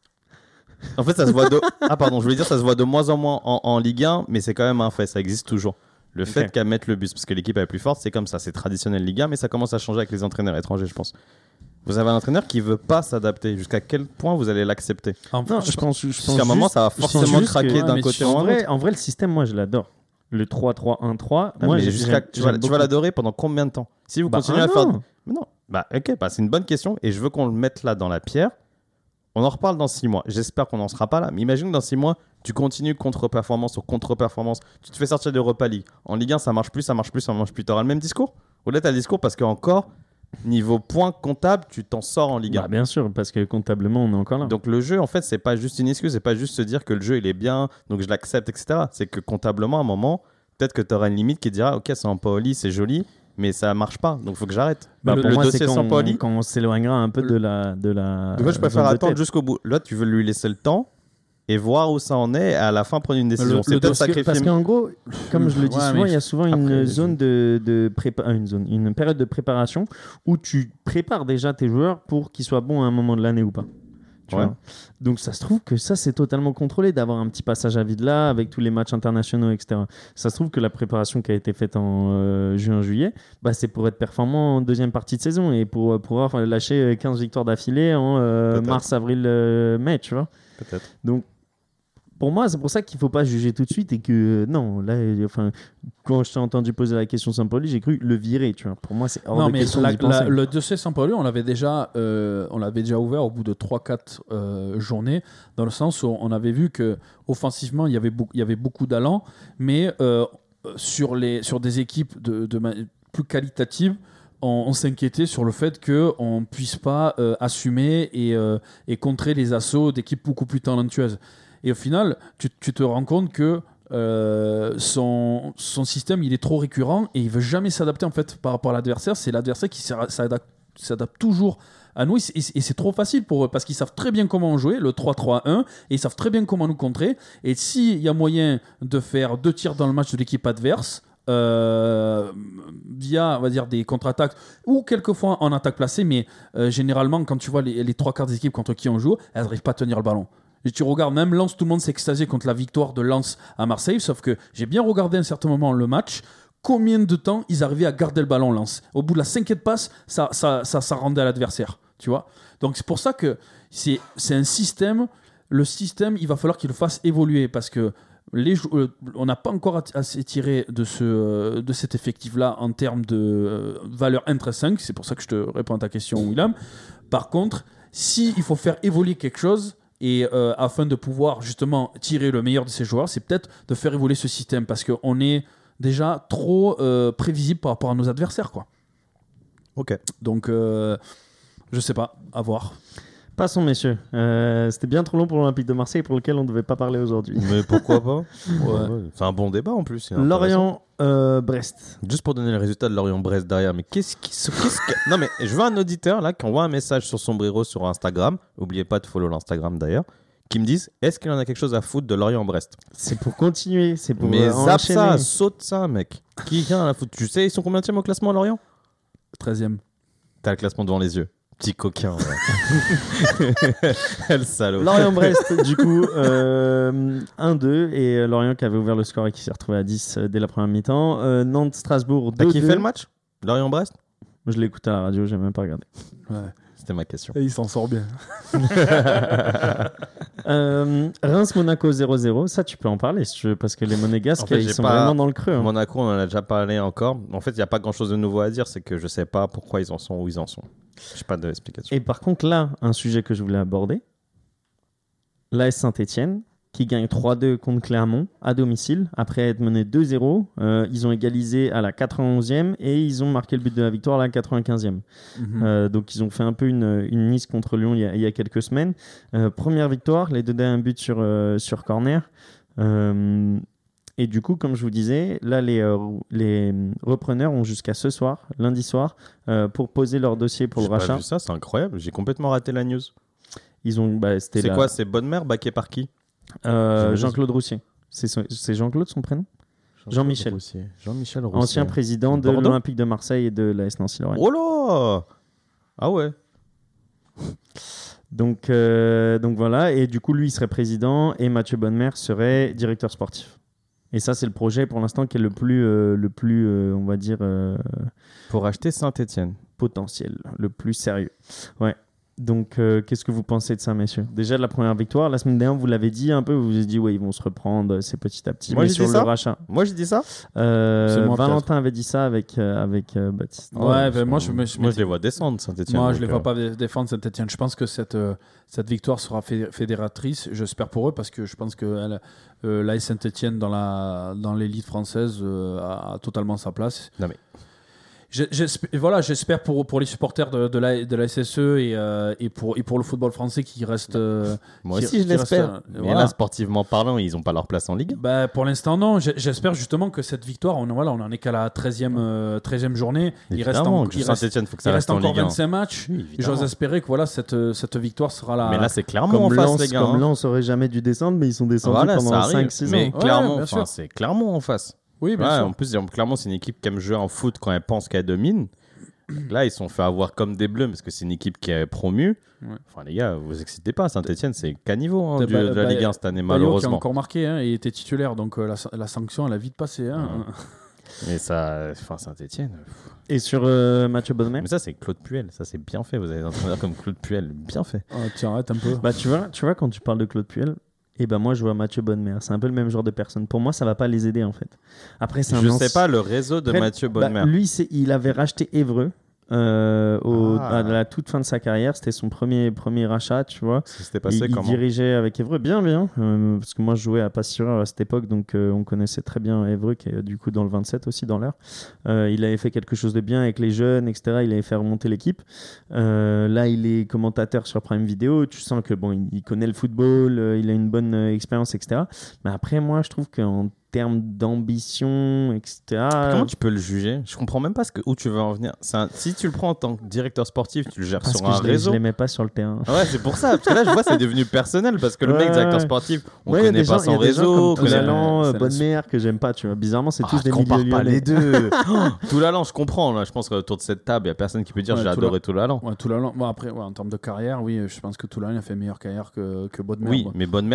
En fait, ça se voit de... Ah pardon, je voulais dire ça se voit de moins en moins en, en Ligue un, mais c'est quand même un fait, ça existe toujours. Le fait Ok. qu'à mettre le bus, parce que l'équipe est la plus forte, c'est comme ça, c'est traditionnel Ligue un, mais ça commence à changer avec les entraîneurs étrangers, je pense. Vous avez un entraîneur qui veut pas s'adapter. Jusqu'à quel point vous allez l'accepter? En- Non, je pense, je pense Parce qu'à un moment, juste- ça va je pense forcément juste craquer que- d'un mais côté tu- ou En un vrai, autre. en vrai, le système, moi, je l'adore. Le trois trois un trois, Ah, moi, mais j'ai- jusqu'à- j'aime- tu vas, j'aime tu vas beaucoup. l'adorer pendant combien de temps? Si vous Bah, continuez un à faire. an. Mais non, bah ok, bah, c'est une bonne question et je veux qu'on le mette là dans la pierre. On en reparle dans six mois. J'espère qu'on n'en sera pas là. Mais imagine que dans six mois, tu continues contre-performance sur contre-performance. Tu te fais sortir d'Europa League. En Ligue un, ça marche plus, ça marche plus, ça marche plus. Tu auras le même discours? Ou là, tu as le discours parce qu'encore, niveau points comptables, tu t'en sors en Ligue un. Bah, bien sûr, parce que comptablement, on est encore là. Donc le jeu, en fait, c'est pas juste une excuse, c'est pas juste se dire que le jeu il est bien, donc je l'accepte, et cetera. C'est que comptablement, à un moment, peut-être que tu auras une limite qui dira, ok, Sampaoli, c'est joli, mais ça marche pas, donc faut que j'arrête. Bah, le pour le moi, c'est dossier quand, Sampaoli, quand on s'éloignera un peu de la, de la. donc moi, je préfère zone de attendre tête. jusqu'au bout. Là, tu veux lui laisser le temps et voir où ça en est, et à la fin prendre une décision. Le- C'est le peut-être dossier- sacrifier. Parce qu'en gros, comme je le dis Ouais, souvent, mais il y a souvent une après, zone de, de prépa... ah, une zone, une période de préparation où tu prépares déjà tes joueurs pour qu'ils soient bons à un moment de l'année ou pas. Tu Ouais. vois. Donc ça se trouve que ça c'est totalement contrôlé d'avoir un petit passage à vide là avec tous les matchs internationaux, et cetera. Ça se trouve que la préparation qui a été faite en euh, juin-juillet, bah, c'est pour être performant en deuxième partie de saison et pour euh, pouvoir enfin, lâcher quinze victoires d'affilée en euh, Peut-être. mars, avril, euh, mai, tu vois. Peut-être. Donc, pour moi, c'est pour ça qu'il ne faut pas juger tout de suite et que, non, là, euh, enfin, quand je t'ai entendu poser la question Sampaoli, j'ai cru le virer, tu vois. Pour moi, c'est hors Non, de mais question la- d'y penser. la- le dossier Sampaoli, on l'avait déjà, euh, on l'avait déjà ouvert au bout de trois quatre euh, journées, dans le sens où on avait vu que offensivement, il y avait, beaucoup, il y avait beaucoup d'allant, mais euh, sur, les, sur des équipes de, de ma- plus qualitatives, on, on s'inquiétait sur le fait qu'on ne puisse pas euh, assumer et, euh, et contrer les assauts d'équipes beaucoup plus talentueuses. Et au final, tu, tu te rends compte que euh, son, son système il est trop récurrent et il veut jamais s'adapter en fait par rapport à l'adversaire. C'est l'adversaire qui s'adapte, s'adapte toujours à nous et c'est, et c'est trop facile pour eux parce qu'ils savent très bien comment jouer le trois trois un et ils savent très bien comment nous contrer. Et s'il y a moyen de faire deux tirs dans le match de l'équipe adverse, Euh, via on va dire des contre-attaques ou quelquefois en attaque placée, mais euh, généralement quand tu vois les, les trois quarts des équipes contre qui on joue, elles n'arrivent pas à tenir le ballon. Et tu regardes même Lens, tout le monde s'est extasié contre la victoire de Lens à Marseille, sauf que j'ai bien regardé à un certain moment le match, combien de temps ils arrivaient à garder le ballon Lens. Au bout de la cinquième passe, ça, ça, ça, ça rendait à l'adversaire, tu vois. Donc c'est pour ça que c'est, c'est un système, le système il va falloir qu'il le fasse évoluer parce que les jou- euh, on n'a pas encore assez tiré de, ce, euh, de cet effectif-là en termes de euh, valeur intrinsèque. C'est pour ça que je te réponds à ta question, William. Par contre, s'il faut faire évoluer quelque chose, Et euh, afin de pouvoir justement tirer le meilleur de ces joueurs, c'est peut-être de faire évoluer ce système parce qu'on est déjà trop euh, prévisible par rapport à nos adversaires, quoi. Ok. Donc, euh, je sais pas, à voir. Passons, messieurs. Euh, c'était bien trop long pour l'Olympique de Marseille, pour lequel on ne devait pas parler aujourd'hui. Mais pourquoi pas? Ouais. Ouais. C'est un bon débat en plus. c'est intéressant. Lorient-Brest. Juste pour donner le résultat de Lorient-Brest derrière, mais qu'est-ce qui se. Qu'est-ce que... Non, mais je veux un auditeur là qui envoie un message sur Sombrero sur Instagram. N'oubliez pas de follow l'Instagram d'ailleurs. Qui me disent est-ce qu'il en a quelque chose à foutre de Lorient-Brest? C'est pour continuer, c'est pour Mais euh, zappe enchaîner. ça, saute ça, mec. Qui vient à la foot? Tu sais, ils sont combien de au classement à Lorient? treizième. T'as le classement devant les yeux. Petit coquin, ouais. Le salaud. Lorient-Brest, du coup, euh, un deux. Et Lorient qui avait ouvert le score et qui s'est retrouvé à dix euh, dès la première mi-temps. Euh, Nantes-Strasbourg, T'as deux deux. kiffé le match Lorient-Brest? Je l'ai écouté à la radio, j'ai même pas regardé. Ouais. C'était ma question. Et il s'en sort bien. Euh, Reims-Monaco zéro zéro. Ça, tu peux en parler si tu veux, parce que les Monégasques, En fait, ils j'ai sont pas- vraiment dans le creux. hein. Monaco, on en a déjà parlé encore. En fait, il n'y a pas grand-chose de nouveau à dire. C'est que je sais pas pourquoi ils en sont où ils en sont. J'ai pas d'explication. Et par contre, là, un sujet que je voulais aborder. L'A S Saint-Etienne, qui gagne trois deux contre Clermont à domicile, après être mené deux zéro. Euh, ils ont égalisé à la quatre-vingt-onzième et ils ont marqué le but de la victoire à la quatre-vingt-quinzième. Mhm. Euh, donc ils ont fait un peu une, une Nice contre Lyon il y a, il y a quelques semaines. Euh, première victoire, les deux derniers buts sur, euh, sur corner. Euh, et du coup, comme je vous disais, là les, euh, les repreneurs ont jusqu'à ce soir, lundi soir, euh, pour poser leur dossier pour J'ai le pas rachat. vu ça, c'est incroyable. J'ai complètement raté la news. Ils ont, bah, c'était C'est la- quoi? C'est Bonne Mère baqué par qui? Euh, J'imagine. Jean-Claude Roussier. C'est son- c'est Jean-Claude son prénom? Jean-Michel. Roussier. Jean-Michel Roussier. Ancien président de Bordeaux l'Olympique de Marseille et de l'A S Nancy-Lorraine. Oh là! Ah ouais. Donc, euh, donc voilà, et du coup, lui, il serait président et Mathieu Bonnemer serait directeur sportif. Et ça, c'est le projet pour l'instant qui est le plus, euh, le plus euh, on va dire, euh, Pour acheter Saint-Etienne. potentiel, le plus sérieux. Ouais. Donc, euh, qu'est-ce que vous pensez de ça, messieurs? Déjà, de la première victoire, la semaine dernière, vous l'avez dit un peu, vous vous avez dit, ouais, ils vont se reprendre, c'est petit à petit. Moi, mais j'ai sur dit le ça rachat. Moi, j'ai dit ça? Euh, C'est moi, Valentin avait dit ça avec, euh, avec euh, Baptiste. Ouais, ben moi, je me- je moi, me- je les vois descendre, Saint-Etienne. Moi, je ne les vois pas dé- défendre Saint-Etienne. Je pense que cette, euh, cette victoire sera fé- fédératrice. J'espère pour eux parce que je pense que elle, euh, l'A S Saint-Etienne dans, la, dans l'élite française euh, a, a totalement sa place. Non, mais- Je- j'espère, voilà, j'espère pour, pour les supporters de, de, la, de la S S E et, euh, et, pour, et pour le football français qui reste. euh, Moi qui- aussi, je qui reste, l'espère. euh, Mais voilà. là, sportivement parlant, ils n'ont pas leur place en Ligue. Bah, pour l'instant, non. J'ai- J'espère justement que cette victoire, on, voilà, on en est qu'à la treizième, euh, treizième journée. Il reste, Évidemment, en- que il reste, Saint-Etienne, faut que il ça reste reste en encore Ligue un. vingt-cinq matchs. Oui, évidemment. J'ose espérer que voilà, cette, cette victoire sera la. Mais là, c'est clairement Comme en face, Lens, les gars. comme hein. Lens aurait jamais dû descendre, mais ils sont descendus Voilà, pendant ça arrive. cinq six Mais ans. Ouais, clairement, bien enfin, sûr. c'est clairement en face. Oui, bien Ouais, sûr. en plus, clairement, c'est une équipe qui aime jouer en foot quand elle pense qu'elle domine. Là, ils se sont fait avoir comme des bleus parce que c'est une équipe qui est promue. Ouais. Enfin, les gars, vous excitez pas. Saint-Etienne, c'est caniveau hein, De- du- bah, de la bah, Ligue un cette année, Bayo qui a malheureusement. encore marqué hein, et était titulaire, donc euh, la, la sanction elle a vite passé. Hein. Mais ça, enfin, Saint-Etienne. Et sur euh, Mathieu Bonnemer? Mais ça, c'est Claude Puel. Ça, c'est bien fait. Vous avez un entraîneur comme Claude Puel. Bien fait. Ah, tiens, arrête un peu. Bah, tu vois, tu vois, quand tu parles de Claude Puel, et ben moi je vois Mathieu Bonnemer. C'est un peu le même genre de personne. Pour moi, ça va pas les aider en fait. Après, c'est un Je anci- sais pas le réseau de Après, Mathieu bah, Bonnemer. lui, c'est, il avait racheté Évreux euh, au- Ah. à la toute fin de sa carrière. C'était son premier, premier rachat, tu vois. Ça s'était Il, passé il comment dirigeait avec Évreux bien, bien. euh, parce que moi, je jouais à Passireur à cette époque, donc euh, on connaissait très bien Évreux, qui est euh, du coup dans le vingt-sept aussi, dans l'heure. Euh, il avait fait quelque chose de bien avec les jeunes, et cetera. Il avait fait remonter l'équipe. Euh, là, il est commentateur sur Prime Video. Tu sens que bon, il, il connaît le football, euh, il a une bonne euh, expérience, et cetera. Mais après, moi, je trouve qu'en termes d'ambition, et cetera. Comment tu peux le juger? Je comprends même pas ce que, où tu veux en venir. C'est un- si tu le prends en tant que directeur sportif, tu le gères Parce sur que un je les, réseau. je les mets pas sur le terrain. Ouais, c'est pour ça. Parce que là, je vois, c'est devenu personnel. Parce que le Ouais, mec, directeur ouais. sportif, on Ouais, il y a connaît des pas gens- il y son a des gens réseau. comme connaît- Toulalan, c'est euh, la- Bonne Mère, que j'aime pas, tu vois. Bizarrement, c'est tous Ah, des compare milieux pas lyonnais. les deux. Toulalan, je comprends. Là. Je pense qu'autour de cette table, il y a personne qui peut dire Ouais, j'ai adoré Toulalan. Ouais, Toulalan, bon, après, ouais, en termes de carrière, oui, je pense que Toulalan a fait meilleure carrière que, que Bodmer. Oui, quoi. mais Bonne Mère,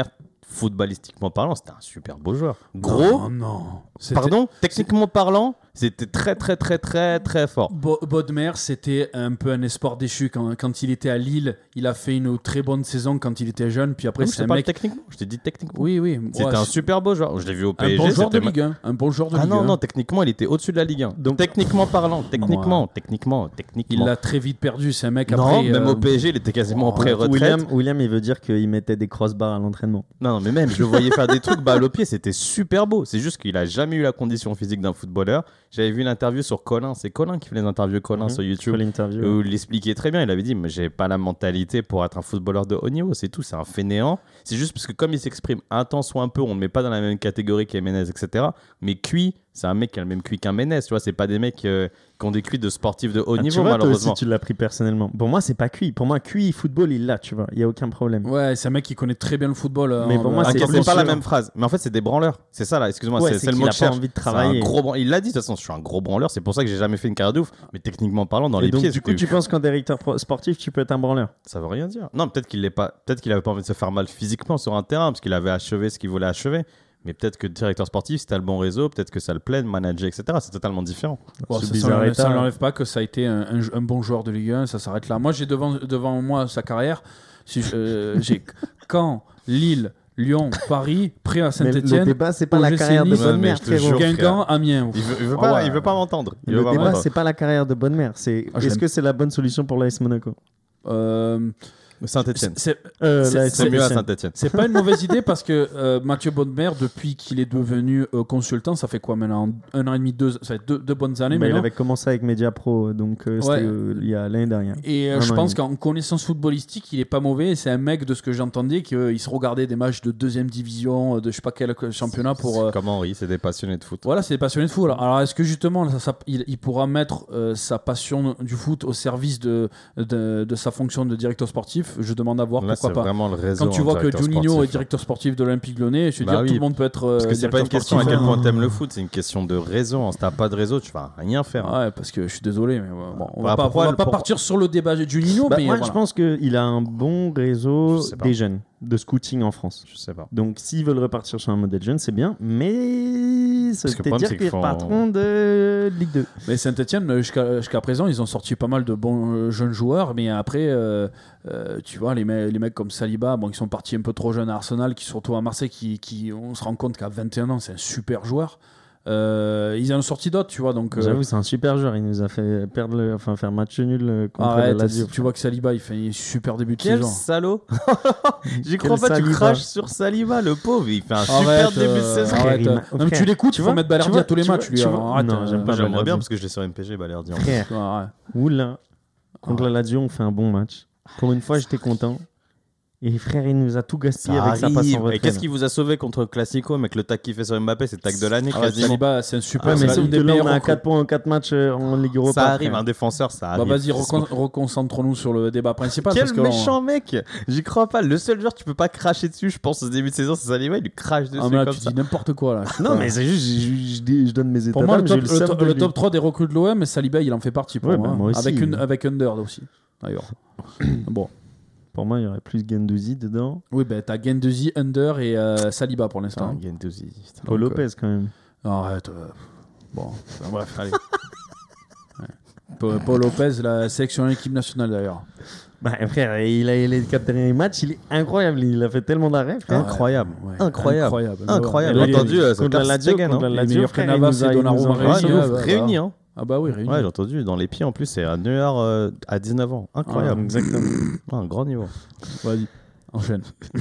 footballistiquement parlant, c'était un super beau joueur. Gros Gros, non. C'était- pardon, techniquement parlant, c'était très très très très très fort. Bo- Bodmer, c'était un peu un espoir déchu. Quand, quand il était à Lille, il a fait une très bonne saison quand il était jeune. Puis après, Après, c'est c'est un pas mec. techniquement, je t'ai dit techniquement. Oui, oui. C'était Ouais, un c'est- super beau joueur. Je l'ai vu au P Un S G. bon joueur de c'était ma- Ligue un. Un bon joueur de Ah Ligue non, un. non, techniquement, il était au-dessus de la Ligue un. Donc- techniquement parlant, techniquement, techniquement, Il techniquement. l'a très vite perdu. C'est un mec Non, après. même euh, au P S G, il était quasiment en oh, pré-retraite. William, William, il veut dire qu'il mettait des crossbars à l'entraînement. Non, non, mais même, je le voyais faire des trucs balle au pied, c'était super beau. C'est juste qu'il a jamais eu la condition physique d'un footballeur. J'avais vu une interview sur Colin, c'est Colin qui fait les interviews Colin Mhm. sur YouTube. Sur l'interview. Où il l'expliquait très bien, il avait dit mais j'ai pas la mentalité pour être un footballeur de haut niveau, c'est tout, c'est un fainéant. C'est juste parce que comme il s'exprime un temps soit un peu, on ne le met pas dans la même catégorie qu'Emenez, et cetera. Mais Cui, c'est un mec qui a le même Q I qu'un Menez, tu vois, c'est pas des mecs euh, qui ont des Q I de sportifs de haut Ah, tu niveau vois, toi malheureusement. aussi, tu l'as pris personnellement. Pour moi, c'est pas Q I. Pour moi, Q I football, il l'a, tu vois. Il y a aucun problème. Ouais, c'est un mec qui connaît très bien le football. euh, Mais en- pour moi, en- Ah, c'est ok, comme c'est pas la sûr. même phrase, mais en fait c'est des branleurs. C'est ça là, excuse-moi, Ouais, c'est, c'est c'est le qu'il mot a que je pas cherche. envie de C'est travailler. un gros bran- Il l'a dit de toute façon, je suis un gros branleur, c'est pour ça que j'ai jamais fait une carrière de ouf. Mais techniquement parlant, dans Et les donc, pieds, du coup, c'était- tu penses qu'en directeur pro- sportif, tu peux être un branleur? ça veut rien dire. Non, peut-être qu'il l'est pas. Peut-être qu'il avait pas envie de se faire mal physiquement sur un terrain parce qu'il avait achevé ce qu'il voulait achever. Mais peut-être que le directeur sportif, si t'as le bon réseau, peut-être que ça le plaît de manager, et cetera. C'est totalement différent. Bon, Ce ça, ça bizarre n'enlève- ça état. n'enlève pas que ça a été un, un- un bon joueur de Ligue un, ça s'arrête là. Moi, j'ai devant, devant moi sa carrière. Si je- euh, j'ai Caen, Lille, Lyon, Paris, prêt à Mais le Saint-Etienne, débat, c'est pas la O G C carrière de Nice. Ouais, bonne mais mère, je te frérot. jure, Guingamp, Amiens. Il veut, il veut Ah pas, ouais. il veut pas m'entendre. Il Le veut pas débat, m'entendre. c'est pas la carrière de bonne mère. C'est Ah, je est-ce l'aime. que c'est la bonne solution pour l'A S Monaco? Euh, Saint-Etienne. c'est- Euh, C'est- l'A S C'est mieux à Saint-Etienne. Saint-Etienne. C'est pas une mauvaise idée parce que euh, Mathieu Bodmer, depuis qu'il est devenu euh, consultant, ça fait quoi maintenant? Un an et demi, deux, ça fait deux, deux bonnes années Bah, il maintenant. avait commencé avec Mediapro, donc euh, Ouais. c'était euh, il y a l'année dernière. Et euh, Un je an et pense demi. qu'en connaissance footballistique, il est pas mauvais. Et c'est un mec, de ce que j'entendais, qu'il se regardait des matchs de deuxième division, de je sais pas quel championnat pour. euh, Comme Henri, c'est des passionnés de foot. Voilà, c'est des passionnés de foot. Alors, alors, est-ce que justement, ça, ça- il, il pourra mettre euh, sa passion du foot au service de, de, de sa fonction de directeur sportif? Je demande à voir, Là, pourquoi c'est pas. vraiment le réseau. Quand tu en vois que directeur Juninho sportif. est directeur sportif de l'Olympique Lyonnais, je te Bah dis, oui. tout le monde peut être. euh, Parce que c'est pas une directeur question à sportif, quel hein. point t'aimes le foot, c'est une question de réseau. Si t'as pas de réseau, tu vas rien faire. Ouais, parce que je suis désolé, mais euh, bon, on Bah, va pas, pourquoi on va le- pas pourquoi- partir sur le débat de Juninho, Bah, mais moi, voilà. je pense qu'il a un bon réseau Je sais pas. des jeunes, de scouting en France. Je sais pas. Donc, s'ils veulent repartir sur un modèle jeune, c'est bien, mais ça Parce que veut le problème, dire c'est qu'ils qu'ils font- repartiront de Ligue deux. Mais Saint-Etienne, jusqu'à jusqu'à présent, ils ont sorti pas mal de bons euh, jeunes joueurs, mais après, euh, euh, tu vois, les, me- les mecs comme Saliba, bon, ils sont partis un peu trop jeunes à Arsenal, qui surtout à Marseille, qui, qui on se rend compte qu'à vingt et un ans, c'est un super joueur. Euh, ils en ont sorti d'autres, tu vois, donc. euh, J'avoue, c'est un super joueur. Il nous a fait perdre, le... enfin faire match nul euh, contre arrête, le Lazio. tu vois que Saliba, il fait un super début de Quel saison. salaud. J'y Quel crois pas, tu Saliba. craches sur Saliba, le pauvre. Il fait un super Arrête, début de euh, saison. arrête. Frère, il m'a- Non, mais tu frère, l'écoutes, tu tu vois- faut mettre tu Balerdi vois- à tous les tu matchs, vois- lui. tu alors, vois- arrête, Non, euh, j'aime pas Moi, j'aimerais Balerdi. bien parce que je l'ai sur M P G, Balerdi. en plus. Frère, ouais, ouais. oula, contre la Lazio, on fait un bon match. Pour une fois, j'étais content. Et frère, il nous a tout gaspillé Ça avec sa passe en arrive. retrait. Et qu'est-ce qui vous a sauvé contre le Classico, mec? Le tac qu'il fait sur Mbappé, c'est le tac de l'année Arrête, quasiment. Saliba, c'est un super. Ouais, mais c'est sauf une que des là, on meilleures a recrues. quatre points en quatre matchs euh, en Ligue Europa. Ça arrive, frère. un défenseur, ça Bah arrive. vas-y, recon- reconcentrons-nous sur le débat principal. Quel parce que méchant mec. J'y crois pas. Le seul joueur que tu peux pas cracher dessus, je pense, au début de saison, c'est Saliba. Il lui crache dessus Ah, mais là, comme tu ça. dis n'importe quoi là. Non, mais c'est juste, je, je- je dis- je donne mes états Pour moi, le d'âme, top, j'ai le, seum top- de le lui. top trois des recrues de l'O M, Saliba, il en fait partie pour Ouais, moi. bah, hein. moi aussi. Avec, une, avec Under aussi, d'ailleurs. bon. Pour moi, il y aurait plus Guendouzi dedans. Oui, ben t'as Guendouzi, Under et euh, Saliba pour l'instant. Putain, Guendouzi. putain. Paul Donc, Lopez, quand même. Arrête. euh, Bon, enfin, bref, allez. Ouais. Paul, Paul Lopez, la sélection équipe nationale d'ailleurs. Bah, frère, il a les quatre derniers matchs, il est incroyable. Il a fait tellement d'arrêts, frère. Incroyable. Ouais. Incroyable. Incroyable. Incroyable. Et là, J'ai il- entendu, euh, contre la Ter Lazio, Stegen, contre hein. la Les Lazio, meilleurs frère, que il Navas nous a- et il nous a Donnarumma envoyé Ouais, réunis, de sur- ah, ouf. bah, Réunis, hein. Ah bah oui, réunis. Ouais, j'ai entendu. Dans les pieds, en plus, c'est à New York euh, à dix-neuf ans. Incroyable. Ah, exactement. Ah, un grand niveau. Vas-y, enchaîne.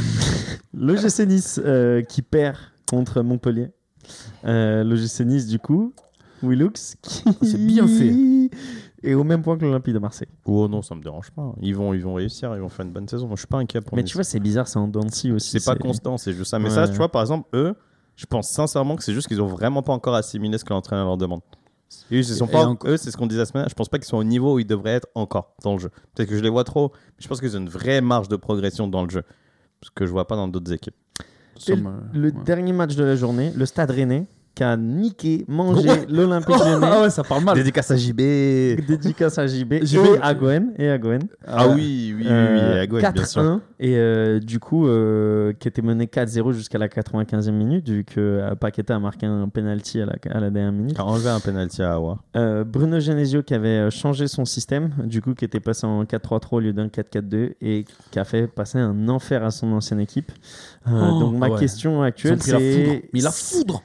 L'O G C Nice euh, qui perd contre Montpellier. Euh, L'O G C Nice, du coup, Willux, qui C'est bien fait. est au même point que l'Olympique de Marseille. Oh non, ça me dérange pas. Ils vont, ils vont réussir, ils vont faire une bonne saison. Moi, je suis pas inquiet pour Mais Nice. tu vois, c'est bizarre, c'est en dents de scie aussi. c'est pas constant, c'est juste ça. Mais Ouais. ça, tu vois, par exemple, eux, je pense sincèrement que c'est juste qu'ils ont vraiment pas encore assimilé ce que l'entraîneur leur demande. Et eux, ils sont Et pas, encore- eux, c'est ce qu'on disait la semaine. Je pense pas qu'ils sont au niveau où ils devraient être encore dans le jeu. Peut-être que je les vois trop, mais je pense qu'ils ont une vraie marge de progression dans le jeu. Ce que je vois pas dans d'autres équipes. Et Somme, le euh, le ouais. dernier match de la journée, le Stade Rennais, qui a niqué, mangé l'Olympique Lyonnais. Ah ouais, ça parle mal. Dédicace à J B. Dédicace à J B J B, et ouais. à Gwen. Et à Gwen. Ah oui, oui, oui, oui, à Gouet, bien sûr. quatre un. Et euh, du coup, euh, qui était mené quatre zéro jusqu'à la quatre-vingt-quinzième minute, vu que euh, Paqueta a marqué un penalty à la, à la dernière minute. Qui a enlevé un penalty à Awa. Euh, Bruno Genesio qui avait changé son système, du coup qui était passé en quatre trois trois au lieu d'un quatre quatre deux et qui a fait passer un enfer à son ancienne équipe. Euh, Oh, donc ma ouais. question Ils ont actuelle pris la foudre. c'est... Mais la foudre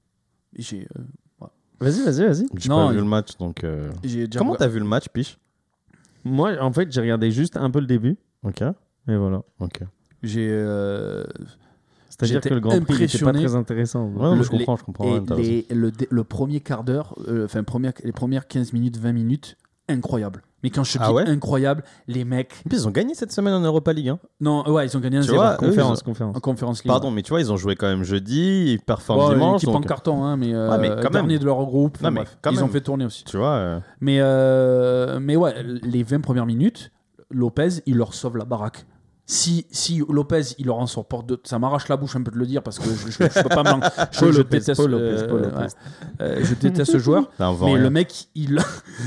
J'ai, euh, Vas-y, vas-y, vas-y. J'ai Non, pas vu il- le match, donc... euh, j'ai déjà Comment t'as vu le match, Piche? Moi, en fait, j'ai regardé juste un peu le début Ok, et voilà. ok. J'ai. euh, C'est-à-dire J'étais que le Grand Prix n'était pas impressionné. très intéressant. Ouais, Le- mais je les- comprends, je comprends. Et ouais, t'as raison. les- le, dé- le premier quart d'heure, euh, enfin première- les premières quinze minutes, vingt minutes, incroyable. Mais quand je te Ah dis ouais incroyable, les mecs. Et puis, ils ont gagné cette semaine en Europa League. Hein. Non, ouais, ils ont gagné un Tu zéro vois, eux, Conférence, ils conférence. en conférence League. Pardon, mais tu vois, ils ont joué quand même jeudi, ils performent Bon, dimanche. équipe en Donc... carton, hein, mais, euh, Ouais, mais quand dernier même. de leur groupe. enfin, Non, mais bref, quand ils ont même. fait tourner aussi. Tu vois, euh, Mais, euh, mais ouais, les vingt premières minutes, Lopez, il leur sauve la baraque. Si, si Lopez, il leur en sort porte de... Ça m'arrache la bouche un peu de le dire parce que je, je, je peux pas m'en... Je, Paul je Lopez, déteste, Paul Lopez, euh, Paul Lopez. ouais. Euh, je déteste ce joueur. t'as un vent. Mais rien. le mec, il,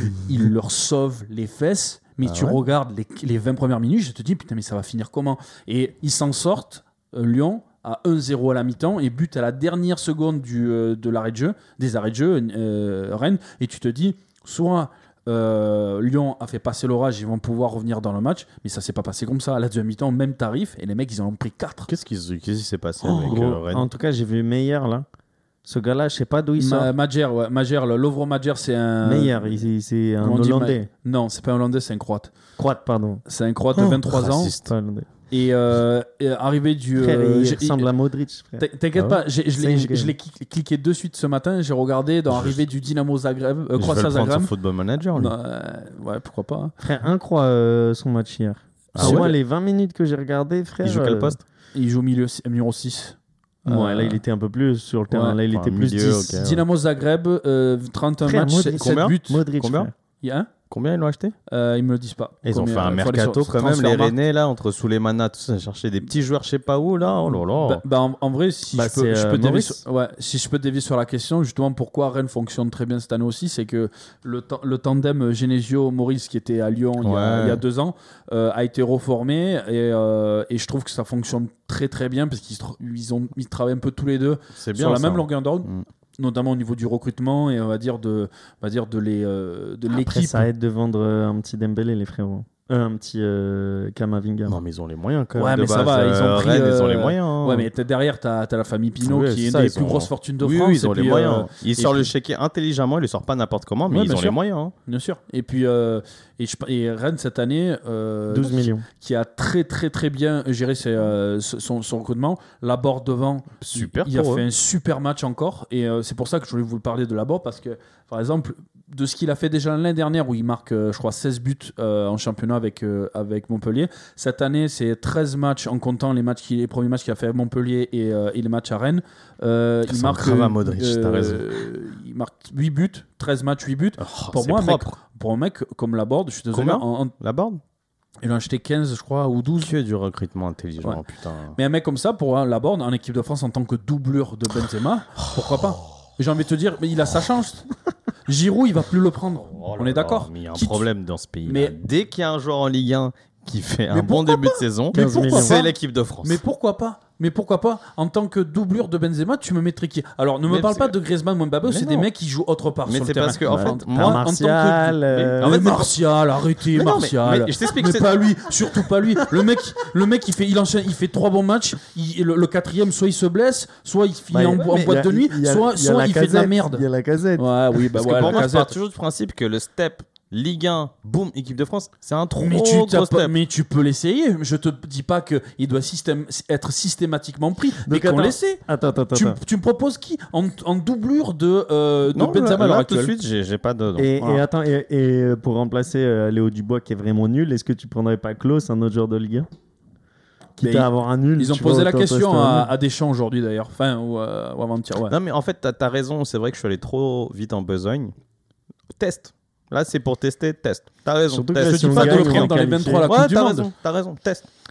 il leur sauve les fesses. Mais Ah tu ouais regardes les, les vingt premières minutes, je te dis, putain, mais ça va finir comment? Et ils s'en sortent, euh, Lyon, à un zéro à la mi-temps, et but à la dernière seconde du, euh, de l'arrêt de jeu, des arrêts de jeu, euh, Rennes. Et tu te dis, soit euh, Lyon a fait passer l'orage, ils vont pouvoir revenir dans le match, mais ça s'est pas passé comme ça. À la deuxième mi-temps, même tarif, et les mecs, ils en ont pris quatre. Qu'est-ce qui, qu'est-ce qui s'est passé Oh, avec Gros, euh, Rennes en tout cas, j'ai vu Meyer là. Ce gars-là, je sais pas d'où il sort. Ma, Majer, ouais, Majer, le Lovro Majer, c'est un. Meyer, il- c'est un Comment on dit, Hollandais. Non, c'est pas un Hollandais, c'est un Croate. Croate, pardon. C'est un Croate de vingt-trois ans. raciste. Pas hollandais. Et, euh, et arrivé du. Frère, euh, il j'ai- ressemble à Modric, frère. T'in- T'inquiète Ah pas, j'ai- je l'ai C'est une je l'ai cliqué cliqué de suite ce matin, j'ai regardé dans l'arrivée du Dynamo Zagreb, euh, Je vais Croatia le prendre Zagreb. sur Football Manager, lui. Non, euh, ouais, pourquoi pas. hein. Frère, incroyable son match hier. Ah Moi, ouais les vingt minutes que j'ai regardé, frère. Il joue quel euh, poste? Il joue au milieu, numéro six. Ouais, Euh, là, il était un peu plus sur le terrain. ouais. Là, il Enfin, était plus milieu, dix. ok. Dynamo Zagreb, euh, trente-et-un Frère, matchs, Modric, sept combien buts. Modric, Combien frère. Il y a un Combien ils l'ont acheté? euh, Ils me le disent pas. Ils ont Combien, fait un euh, faut aller mercato sur- quand même, les Transfermarkt. Rennais là, entre Souleymana, tout ça, chercher des petits joueurs, je sais pas où là. Oh là là. Bah, bah, en, en vrai, si Bah, je peux, c'est, je euh, peux dévier Maurice. sur, ouais, si je peux dévier sur la question, justement, pourquoi Rennes fonctionne très bien cette année aussi, c'est que le, ta- le tandem Genesio-Maurice qui était à Lyon il, y a, Ouais. il y a deux ans euh, a été reformé et, euh, et je trouve que ça fonctionne très très bien parce qu'ils se tr- ils ont, ils travaillent un peu tous les deux C'est bien sur la ça. même longueur d'onde. Mm. Notamment au niveau du recrutement et on va dire de, on va dire de les, euh, de Après, l'équipe. ça aide de vendre euh, un petit Dembélé, les frérots. Euh, un petit euh, Kamavinga. Non, mais ils ont les moyens quand même. Ouais, de mais ça base. va, ils ont Euh, pris, Rennes, ils ont les euh, moyens. hein. Ouais, mais t'as- derrière, tu as la famille Pinot Ouais, qui est c'est une ça, des ils plus ont- grosses fortunes de oui, France. oui, ils ont et les puis, moyens. euh, Ils et sortent puis- le chéquier intelligemment, ils le sortent pas n'importe comment, mais Ouais, ils bien ont sûr. les moyens. hein. Bien sûr. Et puis, euh, et, je- et Rennes, cette année, euh, douze millions. qui a très, très, très bien géré ses, euh, son, son recrutement. Laborde devant, Super il, il a pour fait eux. un super match encore. Et euh, c'est pour ça que je voulais vous le parler de Laborde, parce que, par exemple, de ce qu'il a fait déjà l'année dernière, où il marque, euh, je crois, seize buts euh, en championnat avec, euh, avec Montpellier. Cette année, c'est treize matchs en comptant les, matchs qui, les premiers matchs qu'il a fait à Montpellier et, euh, et les matchs à Rennes. Euh, il C'est marque, grave à Modric, euh, t'as raison. il marque huit buts, treize matchs, huit buts. Oh, Pour c'est moi, mec, propre. pour un mec comme Laborde, je suis désolé, Combien en- en- La borne il a acheté quinze, je crois, ou douze. Que du recrutement intelligent, Ouais. putain. Mais un mec comme ça, pour un Laborde, en équipe de France, en tant que doublure de Benzema, pourquoi pas? J'ai envie de te dire, mais il a sa chance. Giroud, il va plus le prendre. Oh là On est là, d'accord. Mais il y a un Qui tu- problème dans ce pays. Mais- Dès qu'il y a un joueur en Ligue un qui fait un Mais bon pourquoi début de saison, Mais pourquoi c'est pas l'équipe de France. Mais pourquoi pas? Mais pourquoi pas? En tant que doublure de Benzema, tu me mettrais qui? Alors, ne me Mais parle parce pas de Griezmann ou Mbappé, Mais c'est non. des mecs qui jouent autre part Mais sur le c'est terrain. parce que, en Bah, fait, t'as moi, en tant que- Martial. euh, en Mais fait, c'est- Martial, arrêtez Mais non, mais- Martial. mais je t'explique, Mais c'est- pas lui, surtout pas lui. Le mec, le mec, il fait, il enchaîne, il fait trois bons matchs. Il- le, le quatrième, soit il se blesse, soit il finit Bah, en, ouais, en mais boîte il y de a- nuit, il y a- soit, il y a soit la il fait de la casette, merde. Il y a la casette. Ouais, oui, bah Parce ouais, que pour la moi, je pars casette. toujours du principe que le step Ligue un, boum, équipe de France, c'est un trop Mais tu, t'as gros pas- step. mais tu peux l'essayer. Je te dis pas qu'il doit système, être systématiquement pris, mais Donc, qu'on attends. l'essaie. Attends, attends, Tu, attends. tu me proposes qui en, en doublure de, euh, de Non, Benzema là, à l'heure là, tout de actuelle? suite, j'ai j'ai pas de. Et, Voilà. et attends, et, et, euh, pour remplacer euh, Léo Dubois qui est vraiment nul, est-ce que tu prendrais pas Klaus, un autre joueur de Ligue un Quitte Mais à avoir un nul. Ils ont tu posé vois, la autant question tester un à, nul. à Deschamps aujourd'hui d'ailleurs, enfin ou, euh, ou avant-hier. Ouais. Non, mais en fait, t'as as raison. C'est vrai que je suis allé trop vite en besogne. Test. Là, c'est pour tester, test. T'as raison. Surtout que test. là, Je si te dis on pas de gagne, le on est prendre dans les qualifié. vingt-trois à la Ouais, Coupe du t'as Monde. raison, t'as raison, test.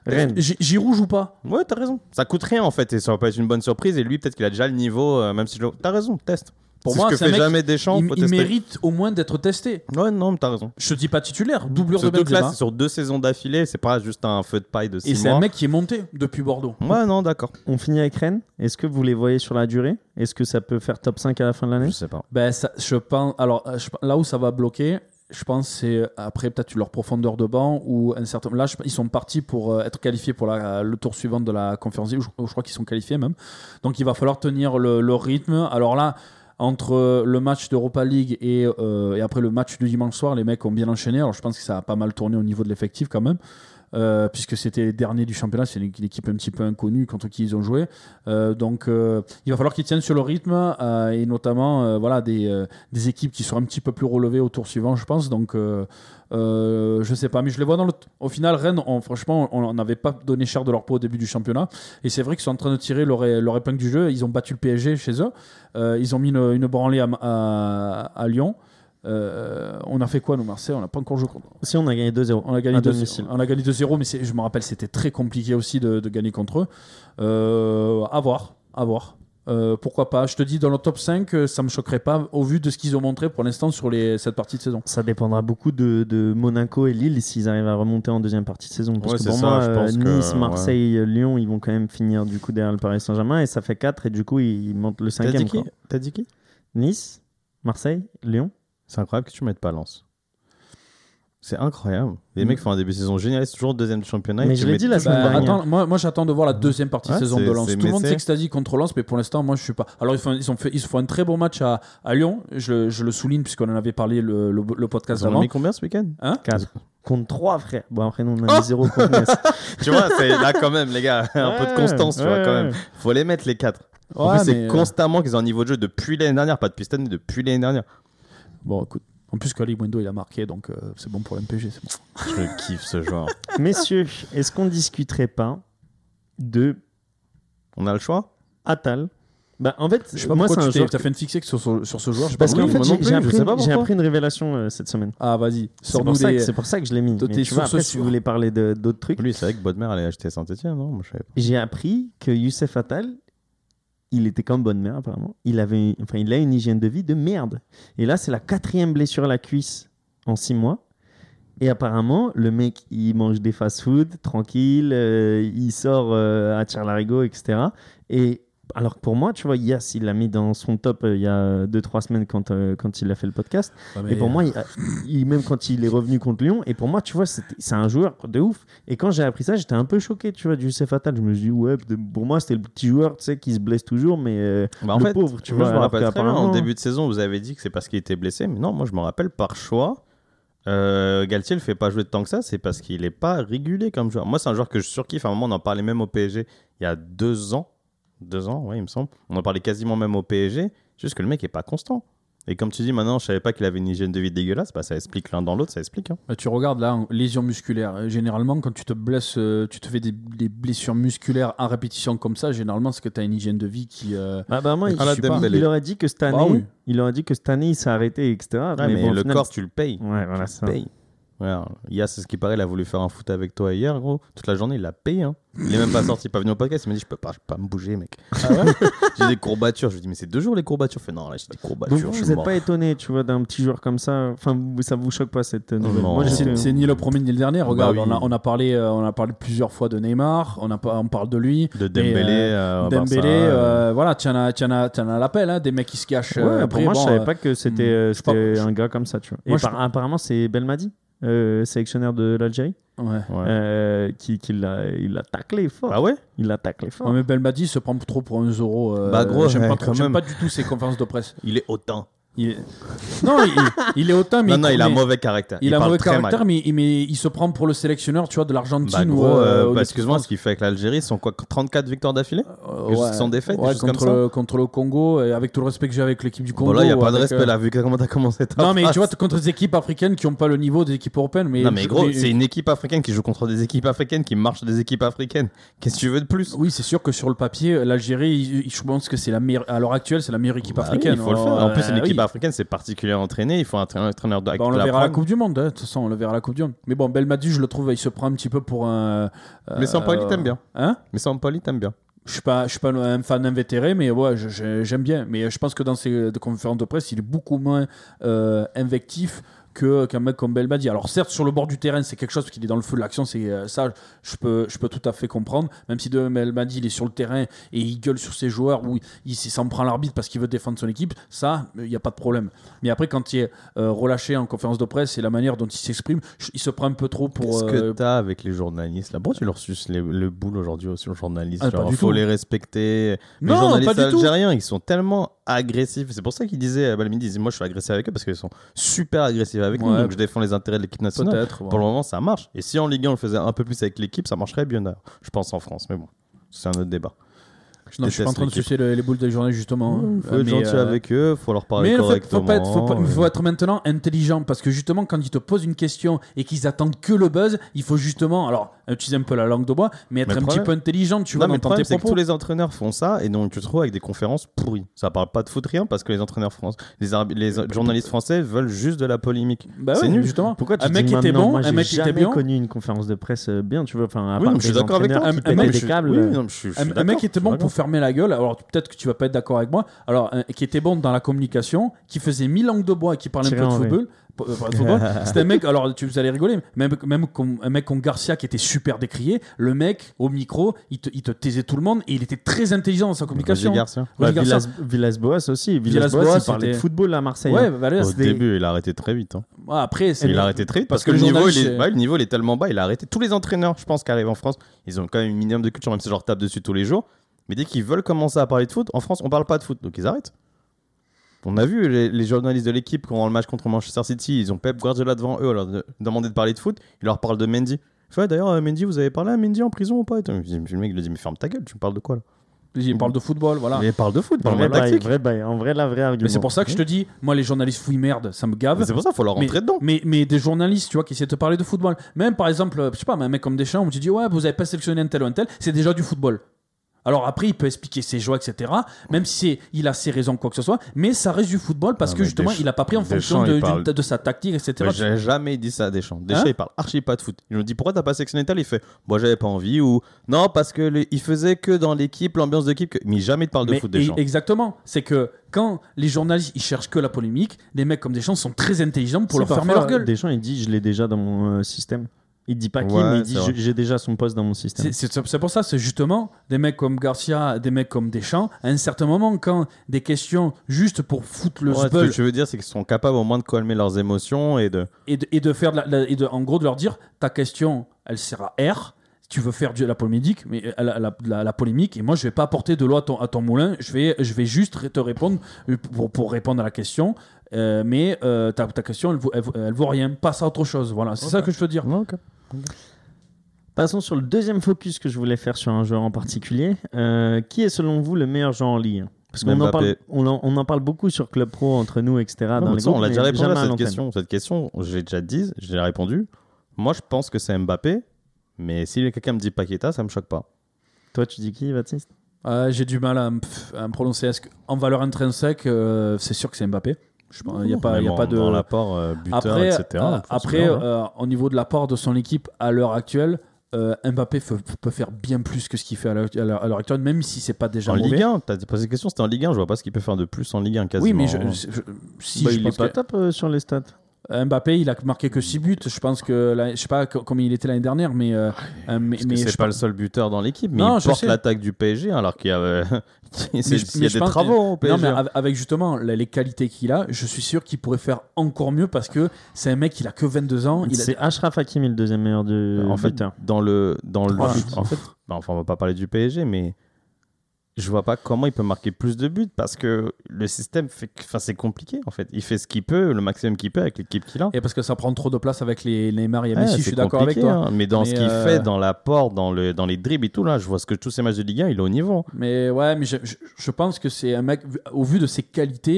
Rennes. Gi- Giroud joue pas. Ouais, t'as raison. Ça coûte rien en fait et ça va pas être une bonne surprise. Et lui, peut-être qu'il a déjà le niveau, euh, même si je... T'as raison, teste. Pour c'est moi, ce que c'est un fait mec- jamais Deschamps. Il, faut il tester. mérite au moins d'être testé. Ouais, non, mais t'as raison. Je te dis pas titulaire, doublure de Surtout que là, Benzema. c'est sur deux saisons d'affilée. C'est pas juste un feu de paille de six Et mois. c'est un mec qui est monté depuis Bordeaux. Ouais, non, d'accord. On finit avec Rennes. Est-ce que vous les voyez sur la durée? Est-ce que ça peut faire top cinq à la fin de l'année? Je sais pas. Ben, ça, je pense. Alors, euh, je- là où ça va bloquer, je pense, c'est euh, après peut-être leur profondeur de banc ou un certain. Là, je- ils sont partis pour euh, être qualifiés pour la, le tour suivant de la Conférence League. Je, je crois qu'ils sont qualifiés même. Donc, il va falloir tenir le, le rythme. Alors là, entre le match d'Europa League et, euh, et après le match du dimanche soir, les mecs ont bien enchaîné. Alors, je pense que ça a pas mal tourné au niveau de l'effectif quand même. Euh, puisque c'était les derniers du championnat, c'est une équipe un petit peu inconnue contre qui ils ont joué. Euh, donc euh, il va falloir qu'ils tiennent sur le rythme euh, et notamment euh, voilà, des, euh, des équipes qui seront un petit peu plus relevées au tour suivant, je pense. Donc euh, euh, je sais pas, mais je les vois dans le. Au final, Rennes, on, franchement, on n'avait pas donné cher de leur peau au début du championnat. Et c'est vrai qu'ils sont en train de tirer leur, leur épingle du jeu. Ils ont battu le P S G chez eux. Euh, ils ont mis une, une branlée à, à, à Lyon. Euh, on a fait quoi, nous, Marseille? On n'a pas encore joué contre. Si, on a gagné deux zéro. On a gagné à deux domicile. on a gagné deux zéro, mais c'est- je me rappelle, c'était très compliqué aussi de, de gagner contre eux. Euh, à voir, à voir. Euh, pourquoi pas? Je te dis, dans le top cinq, euh, ça me choquerait pas au vu de ce qu'ils ont montré pour l'instant sur les, cette partie de saison. Ça dépendra beaucoup de, de Monaco et Lille s'ils arrivent à remonter en deuxième partie de saison. Parce Ouais, que c'est pour ça, moi, je euh, pense que- Nice, Marseille, Lyon, ils vont quand même finir du coup derrière le Paris Saint-Germain et ça fait quatre et du coup ils montent le T'as cinquième. dit qui quoi. T'as dit qui Nice, Marseille, Lyon. C'est incroyable que tu mettes pas Lens. C'est incroyable. Les Mm. mecs font un début de saison génial, c'est toujours deuxième du championnat. Mais et je tu l'ai mets- dit la semaine Bah, dernière. attends, moi, moi j'attends de voir la deuxième partie de Ouais, saison c'est- de Lens. c'est- Tout le monde mais sait c'est- que c'est dit contre Lens, mais pour l'instant, moi je suis pas. Alors ils font, ils ont fait, ils font un très bon match à, à Lyon. Je, je le souligne puisqu'on en avait parlé le, le, le podcast Ils en ont d'avant. mis combien ce week-end Hein quatre. Contre trois, frère. Bon, après, nous, on a mis zéro contre Metz. Tu vois, c'est là quand même, les gars. Un peu de Ouais, constance, tu vois, ouais, quand même. ouais. Faut les mettre, les quatre. En Ouais, plus, c'est mais, euh, constamment qu'ils ont un niveau de jeu depuis l'année dernière, pas depuis cette année, depuis l'année dernière. Bon, écoute. En plus, Kali Wendo, il a marqué, donc euh, c'est bon pour l'M P G. C'est bon. Je kiffe ce joueur. Messieurs, est-ce qu'on discuterait pas de On a le choix Attal? Bah, en fait, Je sais pas moi, c'est pourquoi un tu t'es- joueur. t'as fait une fixée sur ce, sur ce joueur. je sais Parce pas qu'en pourquoi. fait, moi non j'ai plus, j'ai je appris, sais pas une- j'ai pourquoi. appris une révélation euh, cette semaine. Ah, vas-y, C'est sors-nous pour, ça des. que- c'est pour ça que je l'ai mis. de Mais tes tu vois, sources après, si sûres. vous voulez parler de- d'autres trucs, Lui, c'est vrai que Bodmer allait acheter Saint-Etienne, non Moi, je savais pas. j'ai appris que Youssef Attal, il était comme bonne mère apparemment. Il avait, enfin, il a une hygiène de vie de merde. Et là, c'est la quatrième blessure à la cuisse en six mois. Et apparemment, le mec, il mange des fast-food tranquille, euh, il sort euh, à Tire-Larigot, et cetera. Et alors que pour moi, tu vois, Yass, il l'a mis dans son top euh, il y a deux trois semaines quand, euh, quand il a fait le podcast. Ouais, mais- Et pour moi, il, il- même quand il est revenu contre Lyon, et pour moi, tu vois, c'était- c'est un joueur de ouf. Et quand j'ai appris ça, j'étais un peu choqué, tu vois, du Youssef Attal. Je me suis dit, ouais, de- pour moi, c'était le petit joueur, tu sais, qui se blesse toujours, mais euh, Bah, en le fait, pauvre, tu moi, vois. je me alors rappelle très bien, qu'apparemment- en début de saison, vous avez dit que c'est parce qu'il était blessé, mais non, moi, je me rappelle par choix. Euh, Galtier le fait pas jouer de tant que ça, c'est parce qu'il est pas régulier comme joueur. Moi, c'est un joueur que je surkiffe. À un moment, on en parlait même au P S G il y a deux ans. Deux ans, ouais, il me semble. On en parlait quasiment même au P S G. Juste que le mec est pas constant. Et comme tu dis, maintenant, je savais pas qu'il avait une hygiène de vie dégueulasse. Bah, ça explique l'un dans l'autre, ça explique. Hein. Bah, tu regardes là, hein, lésions musculaires. Euh, Généralement, quand tu te blesses, euh, tu te fais des, des blessures musculaires en répétition comme ça, généralement, c'est que tu as une hygiène de vie qui. euh, Ah bah moi, il, À la je sais pas, Dembélé. il aurait dit que cette année, Bah oui. il aurait dit que cette année, il s'est arrêté, et cetera. Ouais, mais bon, au le final, corps, tu le payes. Ouais, voilà, Tu ça. le payes. Ouais, Yas, c'est ce qui paraît, il a voulu faire un foot avec toi hier, gros. Toute la journée, il l'a payé. Hein. Il est même pas sorti, il est pas venu au podcast. Il m'a dit, je peux pas, je peux pas me bouger, mec. J'ai des courbatures. Je lui dis, mais c'est deux jours les courbatures. Il fait, non, là, j'ai des courbatures. Donc vous, je vous suis n'êtes mort. pas étonné, tu vois, d'un petit joueur comme ça. Enfin, vous- ça vous choque pas cette nouvelle? Non. Moi, Mais j'étais- c'est, c'est ni le premier ni le dernier. Regarde, Bah oui. on, a, on, a parlé, euh, on a parlé plusieurs fois de Neymar, on, a, pas- on parle de lui. De Dembélé. Mais, euh, au Dembélé, Barça, euh, voilà, tu en as, tu en as, tu en as l'appel, hein, des mecs qui se cachent. Ouais, euh, pour après, moi, bon, je savais euh, pas que c'était hmm, euh, je sais pas, c'était je- un gars comme ça, tu vois. Et Moi, je- par- apparemment, c'est Belmadi, euh, sélectionneur de l'Algérie, ouais. Ouais. euh, qui, qui l'a, il l'a taclé fort. Ah ouais Il l'a taclé fort. Ouais, mais Belmadi se prend trop pour un euro. euh, Bah, gros, j'aime, ouais, pas, quand trop- j'aime même. pas du tout ses conférences de presse. Il est hautain. Il est- Non, il, il est autant, mais Non, non, il a un mais- mauvais caractère. Il, a un parle mauvais très caractère, mal. mais, il- mais il se prend pour le sélectionneur, tu vois, de l'Argentine. Bah, ou, gros, euh, euh, ou bah, de excuse-moi, France. ce qu'il fait avec l'Algérie, ce sont quoi trente-quatre victoires d'affilée Euh, Juste sans défaite, ouais, des choses comme contre, ça. le, contre le Congo, et avec tout le respect que j'ai avec l'équipe du Congo. Bon, là, il n'y a pas de avec, respect, euh, là, vu comment t'as commencé ta Non, mais phrase. tu vois, t- contre des équipes africaines qui n'ont pas le niveau des équipes européennes. Mais Non, mais gros, mais- c'est une équipe africaine qui joue contre des équipes africaines, qui marche des équipes africaines. Qu'est-ce que tu veux de plus Oui, c'est sûr que sur le papier, l'Algérie, il- il- je pense que c'est la meilleure, à l'heure actuelle, c'est la meilleure équipe Bah oui, africaine. il faut le faire. En plus, c'est une Euh, équipe oui. africaine, c'est particulièrement entraîné. Il faut un traîneur, un traîneur de Bah, on le verra à la Coupe du Monde, hein. De toute façon, on le verra à la Coupe du Monde. Mais bon, Belmadi, je le trouve, il se prend un petit peu pour un. euh, Mais Sampaoli, t'aimes bien. Hein Mais Sampaoli, t'aimes bien. Je suis pas, je suis pas un fan invétéré, mais ouais, je- je- j'aime bien. Mais je pense que dans ses de conférences de presse, il est beaucoup moins euh, invectif que qu'un mec comme Belmadi. Alors certes, sur le bord du terrain, c'est quelque chose parce qu'il est dans le feu de l'action. C'est euh, ça, je peux, je peux tout à fait comprendre. Même si de Belmadi, il est sur le terrain et il gueule sur ses joueurs ou il, il s'en prend l'arbitre parce qu'il veut défendre son équipe, ça, il n'y a pas de problème. Mais après, quand il est euh, relâché en conférence de presse et la manière dont il s'exprime, je- il se prend un peu trop pour. Qu'est-ce euh, que t'as avec les journalistes là? Bon, tu leur suces les- le boule aujourd'hui aussi aux journalistes. Ah, pas Genre, du faut tout. les respecter. Les Non, journalistes pas du tout. algériens, ils sont tellement agressifs. C'est pour ça qu'il disait, euh, Belmadi disait, moi je suis agressif avec eux parce qu'ils sont super agressifs avec nous. Ouais. Donc je défends les intérêts de l'équipe nationale. peut-être. Pour le moment, ça marche. Et si en Ligue un, on le faisait un peu plus avec l'équipe, ça marcherait bien d'ailleurs. Je pense en France, mais bon, c'est un autre débat. Non, je suis pas en train de l'équipe. sucer les, les boules des journalistes justement. Il faut Euh, être mais, gentil euh, avec eux, faut leur parler Mais en fait, correctement. faut, pas être, faut, pas- faut être maintenant intelligent parce que justement, quand ils te posent une question et qu'ils attendent que le buzz, il faut justement, alors utiliser un peu la langue de bois, mais être Mais le un problème- petit peu intelligent, tu Non, vois, mais le dans problème, tes c'est que propos. tous les entraîneurs font ça et donc tu te retrouves avec des conférences pourries. Ça parle pas de foot rien parce que les entraîneurs français, les, arbi- les journalistes français veulent juste de la polémique. Bah c'est ouais, nul. justement. Pourquoi tu un mec dis qui était maintenant, bon, moi, un j'ai mec qui était jamais bien. connu une conférence de presse euh, bien, tu vois. Enfin, à Oui, part mais je suis des d'accord avec toi. entraîneurs qui Un- un pétaient mec, des je- câbles. Oui, euh, non, je suis- je suis Un, un d'accord, mec qui était je suis bon d'accord. pour fermer la gueule, alors peut-être que tu vas pas être d'accord avec moi, alors un- qui était bon dans la communication, qui faisait mille langues de bois et qui parlait un peu Thierry de Henry. football. p- euh, de football. C'était un mec, alors tu, vous allez rigoler, même, même comme, un mec comme Garcia qui était super décrié, le mec au micro, il te, il te taisait tout le monde et il était très intelligent dans sa communication. Roger Garcia. Roger Ouais, Garcia. Villas- Villas-Boas aussi. Villas-Boas, Villas-Boas, il parlait de c'était- football à Marseille. Ouais, hein. bah, là, Au c'était- début, il a arrêté très vite. hein. Ouais, après, c'est Il a arrêté très vite parce parce, que, que le, le niveau, il journaliste, est, ouais, le niveau il est tellement bas. Il a arrêté. Tous les entraîneurs, je pense, qui arrivent en France, ils ont quand même un minimum de culture, même si je leur tape dessus tous les jours. Mais dès qu'ils veulent commencer à parler de foot, en France, on parle pas de foot, donc ils arrêtent. On a vu les, les journalistes de l'équipe quand le match contre Manchester City, ils ont Pep Guardiola devant eux, on leur a demandé de parler de foot, ils leur parlent de Mendy. Il fait, ouais, d'ailleurs, euh, Mendy, vous avez parlé à Mendy en prison ou pas? Et tout. Le mec il lui dit, mais ferme ta gueule, tu me parles de quoi là? il parle de football, voilà. Mais il parle de foot, parle Vrai pas de bail, tactique. vrai bail. En vrai, la vraie argument. Mais c'est pour ça que je te dis, moi les journalistes fouillent merde, ça me gave. Mais C'est pour ça qu'il faut leur Mais, rentrer dedans. mais, mais des journalistes, tu vois, qui essaient de te parler de football. Même par exemple, euh, je sais pas, un mec comme Deschamps où tu dis, ouais, vous avez pas sélectionné un tel ou un tel, c'est déjà du football. Alors après, il peut expliquer ses choix, et cetera. Même si c'est- il a ses raisons, quoi que ce soit. Mais ça reste du football parce Ah, que mais justement, Desch- il a pas pris en fonction Deschamps, de, il parle- d'une- de sa tactique, et cetera. Mais j'ai jamais dit ça à Deschamps. Deschamps, Hein il parle archi pas de foot. Il nous dit pourquoi t'as pas sélectionné tel? Il fait moi j'avais pas envie ou non parce que le- il faisait que dans l'équipe, l'ambiance d'équipe. Que... Mais jamais il parle de Mais foot et- Deschamps. exactement. C'est que quand les journalistes ils cherchent que la polémique, des mecs comme Deschamps sont très intelligents pour Si, leur fermer parfois, leur gueule. Deschamps, il dit, je l'ai déjà dans mon euh, système. Il dit pas qui, Ouais, mais il dit, c'est vrai. je- j'ai déjà son poste dans mon système. C'est- C'est c'est pour ça, c'est justement des mecs comme Garcia, des mecs comme Deschamps, à un certain moment, quand des questions juste pour foutre le Ouais, ce zbeul que tu veux dire, c'est qu'ils sont capables au moins de calmer leurs émotions et de. et de, et de faire de la- la- et de, en gros de leur dire ta question elle sert à R, tu veux faire de la polémique mais euh, la, la, la- la polémique et moi je vais pas apporter de l'eau à ton, à ton moulin, je vais, je vais juste te répondre euh, pour, pour répondre à la question euh, mais euh, ta, ta question elle vaut, elle, vaut- elle vaut rien, passe à autre chose, voilà, c'est ça que je veux dire. Ouais, ok. Passons sur le deuxième focus que je voulais faire sur un joueur en particulier. Euh, qui est selon vous le meilleur joueur en Ligue un? Parce qu'on en Mbappé. parle, on en, on en parle beaucoup sur Club Pro entre nous, et cetera. Non, dans mais les ça, on groupes, l'a mais déjà répondu jamais à cette l'antenne. question. Cette question, j'ai déjà dit, j'ai répondu. Moi, je pense que c'est Mbappé, mais si quelqu'un me dit Paqueta, ça me choque pas. Toi, tu dis qui, Baptiste? Euh, j'ai du mal à, me- à me prononcer. Est-ce que, en valeur intrinsèque, euh, c'est sûr que c'est Mbappé. Il n'y a pas, Mais y a bon, pas de. dans l'apport euh, buteur, Après, et cetera. euh, après euh, au niveau de l'apport de son équipe à l'heure actuelle, euh, Mbappé f- peut faire bien plus que ce qu'il fait à l'heure, à l'heure- à l'heure actuelle, même si c'est pas déjà en mauvais. Ligue un, t'as posé la question, c'était en Ligue un, je vois pas ce qu'il peut faire de plus en Ligue un quasiment. Oui, mais je, je- je- si Bah, je il pense est pas que- top euh, sur les stats. Mbappé, il a marqué que six buts. Je pense que là, je sais pas co- combien il était l'année dernière, mais euh, euh, mais, Parce que mais c'est je pas pense- le seul buteur dans l'équipe, mais Non, il je porte sais. l'attaque du P S G alors qu'il y a, euh, c'est- Mais je- il y mais a je des pense- travaux au P S Non, G. mais av- avec justement les les qualités qu'il a, je suis sûr qu'il pourrait faire encore mieux parce que c'est un mec, il a que vingt-deux ans. Il a- C'est Achraf Hakimi le deuxième meilleur du en fait, buteur. dans le dans le Trois buts. en fait, bah, enfin on va pas parler du P S G, mais je vois pas comment il peut marquer plus de buts parce que le système fait, que- enfin c'est compliqué en fait. Il fait ce qu'il peut, le maximum qu'il peut avec l'équipe qu'il a. Et parce que ça prend trop de place avec les Neymar et Ouais, Messi, je c'est suis d'accord avec compliqué, toi. hein. Mais dans Mais ce qu'il euh, fait, dans l'apport, dans le dans les dribbles et tout là, je vois ce que tous ces matchs de Ligue un, il est au niveau. Mais ouais, mais je, je- je pense que c'est un mec, vu- au vu de ses qualités,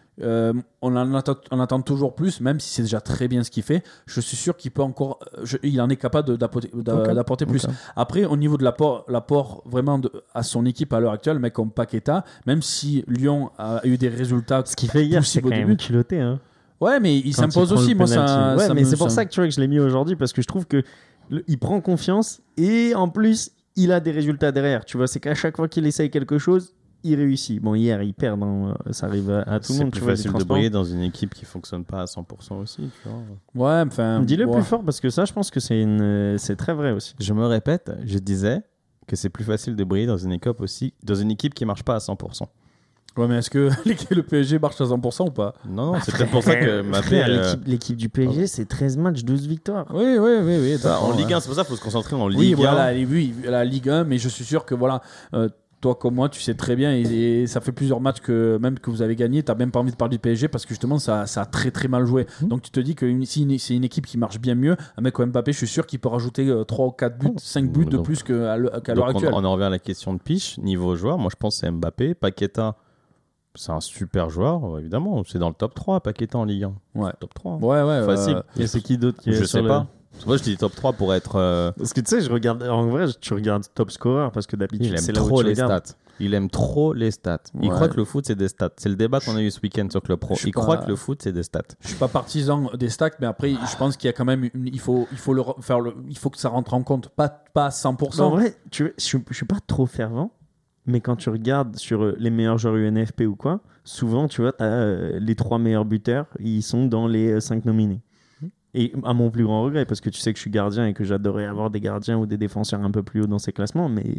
Euh, on, en attend, on attend toujours plus, même si c'est déjà très bien ce qu'il fait. Je suis sûr qu'il peut encore, je, il en est capable de, d'apporter, d'a, d'apporter plus. Okay. Après, au niveau de l'apport, l'apport vraiment de, à son équipe à l'heure actuelle, mec comme Paqueta, même si Lyon a eu des résultats, ce qu'il fait hier, c'est quand même culotté. Hein. Ouais, mais il quand s'impose il aussi. Moi, ça, ouais, ça mais me, c'est pour ça... ça que tu vois que je l'ai mis aujourd'hui parce que je trouve que le, il prend confiance et en plus, il a des résultats derrière. Tu vois, c'est qu'à chaque fois qu'il essaye quelque chose, il réussit. Bon, hier, il perd, dans, ça arrive à, à tout le monde. C'est plus tu vois, facile de briller dans une équipe qui fonctionne pas à cent pour cent aussi. Tu vois. Ouais, enfin. Dis-le ouais. plus fort parce que ça, je pense que c'est, une, c'est très vrai aussi. Je me répète, je disais que c'est plus facile de briller dans une équipe aussi, dans une équipe qui marche pas à cent pour cent. Ouais, mais est-ce que le P S G marche à cent pour cent ou pas? Non, non, c'est peut-être pour ça que Mbappé. Frère, euh... l'équipe, l'équipe du P S G, c'est treize matchs, douze victoires. Oui, oui, oui. oui bah, en Ligue un, c'est pour ça qu'il faut se concentrer en Ligue oui, un. Voilà, oui, la Ligue un, mais je suis sûr que voilà. Euh, toi comme moi, tu sais très bien, et, et ça fait plusieurs matchs que même que vous avez gagné, t'as même pas envie de parler du P S G parce que justement ça, ça a très très mal joué. Mmh. Donc tu te dis que une, si une, c'est une équipe qui marche bien mieux, un mec comme Mbappé, je suis sûr qu'il peut rajouter euh, trois ou quatre buts, cinq buts de donc, plus qu'à, qu'à donc l'heure actuelle. On, on en revient à la question de Piche, niveau joueur, moi je pense que c'est Mbappé, Paqueta. C'est un super joueur, évidemment. C'est dans le top trois, Paqueta en Ligue un. Ouais. Top trois. Ouais, ouais. Facile. Euh, et c'est qui d'autre qui est Je sur sais le... pas. Moi, je dis top trois pour être. Euh... Parce que tu sais, je regarde. En vrai, tu regardes top scorer parce que d'habitude, il aime c'est trop là où tu les regardes. stats. Il aime trop les stats. Ouais. Il croit que le foot, c'est des stats. C'est le débat qu'on a eu ce week-end sur Club Pro. Il pas... croit que le foot, c'est des stats. Je suis pas partisan des stats, mais après, je pense qu'il y a quand même. Une... Il, faut, il, faut le faire le... il faut que ça rentre en compte. Pas, pas à cent pour cent. En vrai, tu... je, je suis pas trop fervent. Mais quand tu regardes sur les meilleurs joueurs U N F P ou quoi, souvent, tu vois, t'as, euh, les trois meilleurs buteurs, ils sont dans les euh, cinq nominés. Et à mon plus grand regret, parce que tu sais que je suis gardien et que j'adorais avoir des gardiens ou des défenseurs un peu plus haut dans ces classements, mais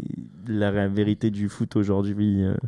la vérité du foot aujourd'hui... Euh...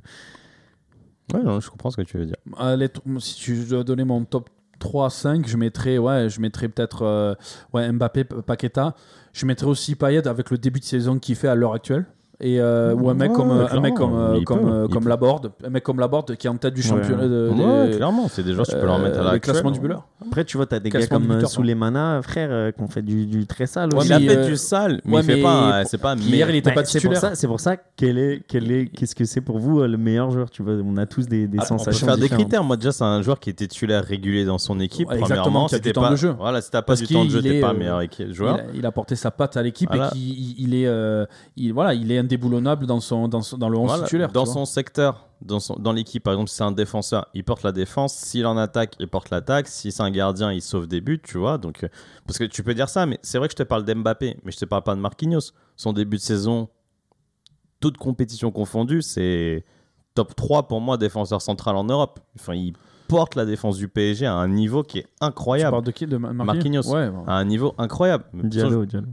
Ouais, non, je comprends ce que tu veux dire. Allez, si tu dois donner mon top trois à cinq, je mettrais, ouais, je mettrais peut-être euh, ouais, Mbappé, Paqueta. Je mettrais aussi Payet avec le début de saison qu'il fait à l'heure actuelle. Et euh, ou un mec ouais, comme ouais, un mec comme il comme, peut, euh, il comme peut. Laborde, un mec comme Laborde qui est en tête du championnat ouais. de, ouais, des, clairement, c'est des joueurs tu peux leur mettre à la le classement du buteur. Après, tu vois, t'as des classement gars comme buteur, Souleymana, frère, euh, qui ont fait du, du très sale. Ouais, aussi. il a mais fait euh, du sale, mais ouais, il fait mais pas, euh, c'est pas. Hier, il était bah, pas c'est pour titulaire. ça, c'est pour ça. Quel est, quel est, qu'est-ce que c'est pour vous euh, le meilleur joueur? Tu vois, on a tous des, des Ah, sensations. on peut faire différentes. des critères. Moi, déjà, c'est un joueur qui est titulaire régulier dans son équipe. Ouais, Premièrement, exactement, qui a du c'était temps pas. de jeu. Voilà, si t'as pas Parce du temps de jeu, qu'il t'es est, pas euh, meilleur équipe- joueur. Il a, il a porté sa patte à l'équipe Voilà. et qu'il il est, euh, il, voilà, il est indéboulonnable dans son, dans son, dans le onze Voilà, titulaire. dans tu son vois. secteur, dans, son, dans l'équipe, par exemple, si c'est un défenseur, il porte la défense. S'il en attaque, il porte l'attaque. Si c'est un gardien, il sauve des buts, tu vois. Donc, euh, parce que tu peux dire ça, mais c'est vrai que je te parle d'Mbappé, mais je te parle pas de Marquinhos. Son début de saison, toute compétition confondue, c'est top trois pour moi défenseur central en Europe. Enfin, il porte la défense du P S G à un niveau qui est Tu incroyable. parles de qui? De Marquinhos, Marquinhos. Ouais, bon. À un niveau incroyable. Mais Diallo, Diallo.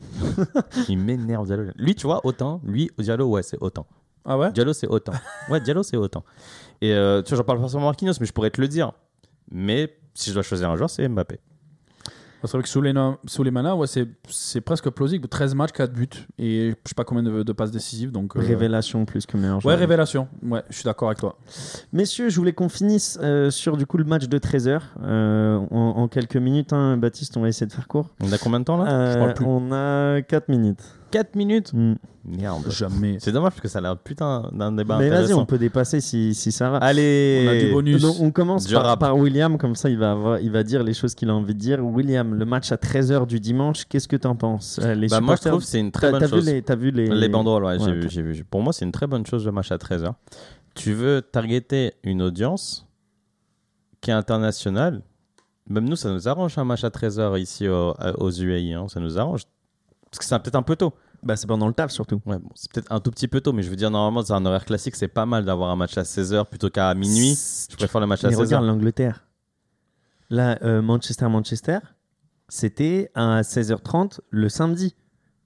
il m'énerve, Diallo. Lui, tu vois, autant. Lui, Diallo, ouais, c'est autant. Ah ouais? Diallo, c'est autant. Ouais, Diallo, c'est autant. Et euh, tu vois, j'en parle pas forcément Marquinhos, mais je pourrais te le dire. Mais si je dois choisir un joueur, c'est Mbappé. C'est vrai que Souleymana, Souleymana, ouais, c'est, c'est presque plausible. treize matchs, quatre buts. Et je sais pas combien de, de passes décisives. Donc, euh... Révélation plus que meilleur Ouais, joueur. révélation. Ouais, je suis d'accord avec toi. Messieurs, je voulais qu'on finisse euh, sur du coup le match de treize heures euh, en, en quelques minutes. Hein. Baptiste, on va essayer de faire court. On a combien de temps là Euh, Je parle plus. On a quatre minutes. quatre minutes Mm. Merde. Jamais. C'est dommage parce que ça a l'air putain d'un débat Mais vas-y, intéressant. on peut dépasser si, si ça va. Allez, On a du bonus. Donc, on commence Du par, rap. par William, comme ça il va, avoir- il va dire les choses qu'il a envie de dire. William, le match à treize heures du dimanche, qu'est-ce que t'en penses? Euh, les Bah, moi, je supporters- trouve que c'est une très T'as, bonne t'as vu chose. les, t'as vu les... Les banderoles, ouais, Ouais, j'ai, ok. vu, j'ai vu. Pour moi, c'est une très bonne chose le match à treize heures. Tu veux targeter une audience qui est internationale. Même nous, ça nous arrange un match à treize heures ici au- aux U A E. Hein. Ça nous arrange. Parce que c'est peut-être un peu tôt. Bah, c'est pendant le taf surtout. Ouais, bon, c'est peut-être un tout petit peu tôt, mais je veux dire, normalement, dans un horaire classique, c'est pas mal d'avoir un match à seize heures plutôt qu'à minuit. Je préfère le match à Mais seize heures. regarde l'Angleterre. Là, euh, Manchester-Manchester, c'était à seize heures trente le samedi.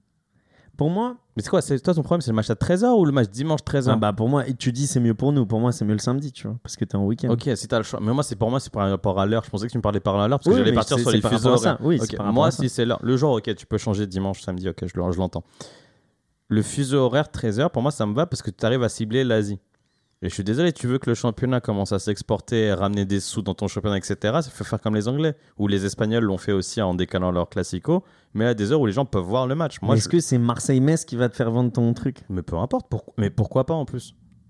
Pour moi, Mais c'est quoi c'est, toi, ton problème, c'est le match à treize heures ou le match dimanche treize heures? ah bah pour moi, et tu dis c'est mieux pour nous. Pour moi, c'est mieux le samedi, tu vois, parce que t'es en week-end. Ok, si t'as le choix. Mais moi, c'est pour moi, c'est par rapport à l'heure. Je pensais que tu me parlais par l'heure parce que Oui, j'allais mais partir c'est- sur c'est les par fuseaux rapport à ça. horaires. Oui, Ok, c'est par rapport moi, à ça. si c'est l'heure. Le jour, ok, tu peux changer dimanche, samedi, ok, je, le- je l'entends. Le fuseau horaire treize heures, pour moi, ça me va parce que tu arrives à cibler l'Asie. Et je suis désolé, tu veux que le championnat commence à s'exporter, ramener des sous dans ton championnat, et cetera. Ça faut faire comme les Anglais. Ou les Espagnols l'ont fait aussi en décalant leur classico. Mais à des heures où les gens peuvent voir le match. Moi, Mais est-ce je... que c'est Marseille-Metz qui va te faire vendre ton truc? Mais peu importe. Pour... Mais pourquoi pas en plus?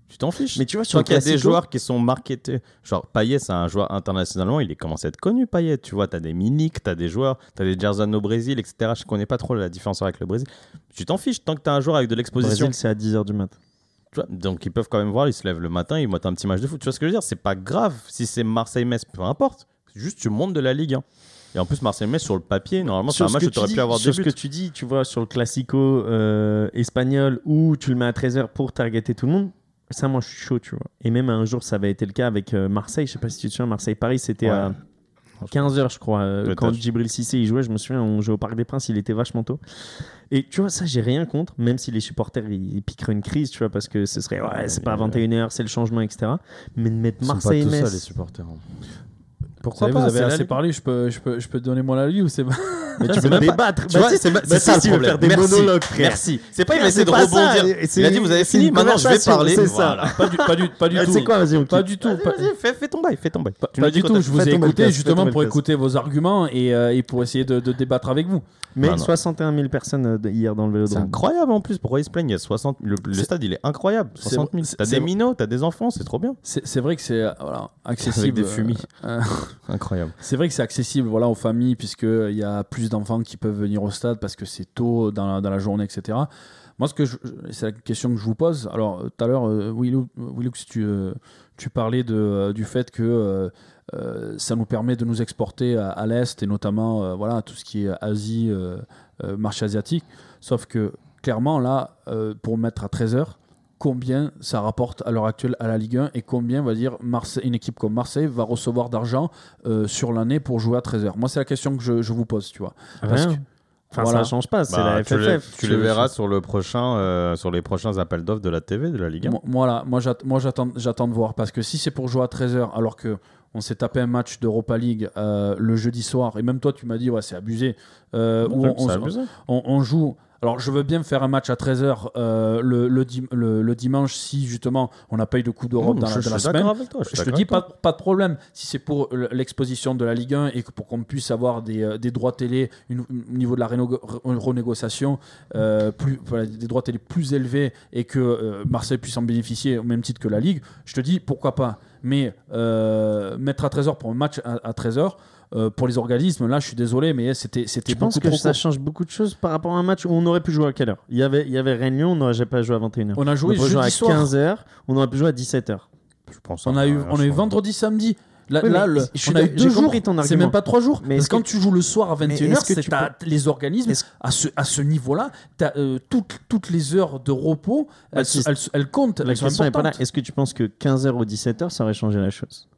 Tu t'en fiches. Mais tu vois, sur Tant le qu'il y a des Classico- joueurs qui sont marketés. Genre, Payet, c'est un joueur internationalement, il est commencé à être connu, Payet. Tu vois, t'as des Milik, t'as des joueurs, t'as des Gerson au Brésil, et cetera. Je connais pas trop la différence avec le Brésil. Tu t'en fiches tant que t'as un joueur avec de Au l'exposition. Brésil, c'est à dix heures du mat. Tu vois, donc ils peuvent quand même voir, ils se lèvent le matin, ils montent un petit match de foot. Tu vois ce que je veux dire? C'est pas grave si c'est Marseille-Metz, peu importe. C'est juste tu montes de la Ligue un. Et en plus, Marseille-Metz, sur le papier, normalement, c'est un Sur ce match que où tu aurais dis- pu avoir sur des ce buts. que tu dis, tu vois, sur le Classico euh, espagnol où tu le mets à treize heures pour targeter tout le monde, ça, moi, je suis chaud, tu vois. Et même un jour, ça avait été le cas avec euh, Marseille. Je sais pas si tu te souviens, Marseille-Paris, c'était Ouais. à quinze heures, je crois. euh, Peut-être. quand Djibril Cissé il jouait, je me souviens, on jouait au Parc des Princes, il était vachement tôt. Et tu vois, ça, j'ai rien contre, même si les supporters, ils, ils piqueraient une crise, tu vois, parce que ce serait, ouais, c'est pas à vingt et une heures, c'est le changement, et cetera. Mais de mettre Ils sont pas tous ça, les Marseille-Metz. supporters. hein. Vous Pourquoi savez, pas vous avez c'est la assez Ligue. parlé, je peux, je, peux, je peux te donner mon avis ou c'est pas Mais tu c'est peux même pas- débattre. Tu Bah, vois, si- c'est bah, c'est si, ça le tu veux problème. faire des Merci. monologues, frère. Merci. C'est pas il Frère, va essayer de c'est pas ça. rebondir. C'est- Il a dit vous avez c'est fini, une maintenant je vais conversation, parler. c'est ça. Voilà. Pas du, pas du, pas du Ah, tout. c'est quoi, vas-y, on Pas quitte. du tout. Vas-y, Pas, vas-y, fais, fais ton bail, fais ton bail. pas- Tu pas nous du dis tout. quand Je vous Fais ai ton écouté podcast, fais justement ton pour podcast. écouter vos arguments et, euh, et pour essayer de, de débattre avec vous. Mais Bah non. soixante et un mille personnes euh, de- hier dans le C'est Vélodrome. incroyable en plus. Pourquoi ils se plaignent? Il y a soixante Le, le C'est- stade, il est incroyable. c'est- soixante mille. c'est- T'as c'est- des minots, t'as des enfants, c'est trop bien. C'est c'est vrai que c'est euh, voilà, accessible. des fumis. euh, Incroyable. C'est vrai que c'est accessible voilà, aux familles, puisqu'il y a plus d'enfants qui peuvent venir au stade parce que c'est tôt dans la, dans la journée, et cetera. Moi, ce que je- c'est la question que je vous pose. Alors, euh, tout à l'heure, euh, Willou, Willou, tu, euh, tu parlais de, euh, du fait que euh, euh, ça nous permet de nous exporter à, à l'Est et notamment euh, voilà, tout ce qui est Asie, euh, euh, marché asiatique. Sauf que, clairement, là, euh, pour mettre à treize heures, combien ça rapporte à l'heure actuelle à la Ligue un et combien, on va dire, Marseille, une équipe comme Marseille va recevoir d'argent euh, sur l'année pour jouer à treize heures. Moi, c'est la question que je, je vous pose, tu vois. Parce Rien. que- Enfin, Voilà. ça change pas, c'est Bah, la tu F F les, F. tu les verras sur, le prochain, euh, sur les prochains appels d'offres de la T V, de la Ligue un. Moi, voilà, moi, j'att- moi j'attends, j'attends de voir parce que si c'est pour jouer à treize heures alors que on s'est tapé un match d'Europa League euh, le jeudi soir et même toi tu m'as dit ouais c'est abusé euh, où on, C'est on- abusé. on- on joue. Alors, je veux bien faire un match à treize heures euh, le, le, dim- le- le dimanche si justement on n'a pas eu de coup d'Europe Mmh, dans, je, la, je dans la suis semaine. d'accord avec toi. Je, suis Je te d'accord dis avec toi. pas, pas de problème. Si c'est pour l- l'exposition de la Ligue un et que pour qu'on puisse avoir des, euh, des droits télé une- au niveau de la réno- re- renégociation, euh, plus, voilà, des droits télé plus élevés et que euh, Marseille puisse en bénéficier au même titre que la Ligue, je te dis pourquoi pas. Mais euh, mettre à treize heures pour un match à, à treize heures, euh, pour les organismes, là je suis désolé, mais c'était, c'était Tu penses beaucoup que trop ça court. change beaucoup de choses par rapport à un match où on aurait pu jouer à quelle heure? Il y avait, il y avait Rennes-Lyon, on n'aurait pas joué à vingt et une heures. On a joué on aurait joué à jeudi soir. quinze heures, on aurait pu jouer à dix-sept heures. Je pense On à a eu, rien on a eu changer. vendredi, samedi. Là, Oui, là, mais le- je suis on a eu d'ac- deux j'ai jours. compris ton C'est argument. même pas trois jours. Mais Parce est-ce que quand que- tu joues le soir à vingt et une heures, est-ce que c'est tu t'as- les organismes Est-ce- à ce, à ce niveau-là, t'as, euh, toutes, toutes les heures de repos, elles, Baptiste, elles, elles comptent. La elles sont question n'est pas là. importantes. Est-ce que tu penses que quinze heures ou dix-sept heures, ça aurait changé la chose?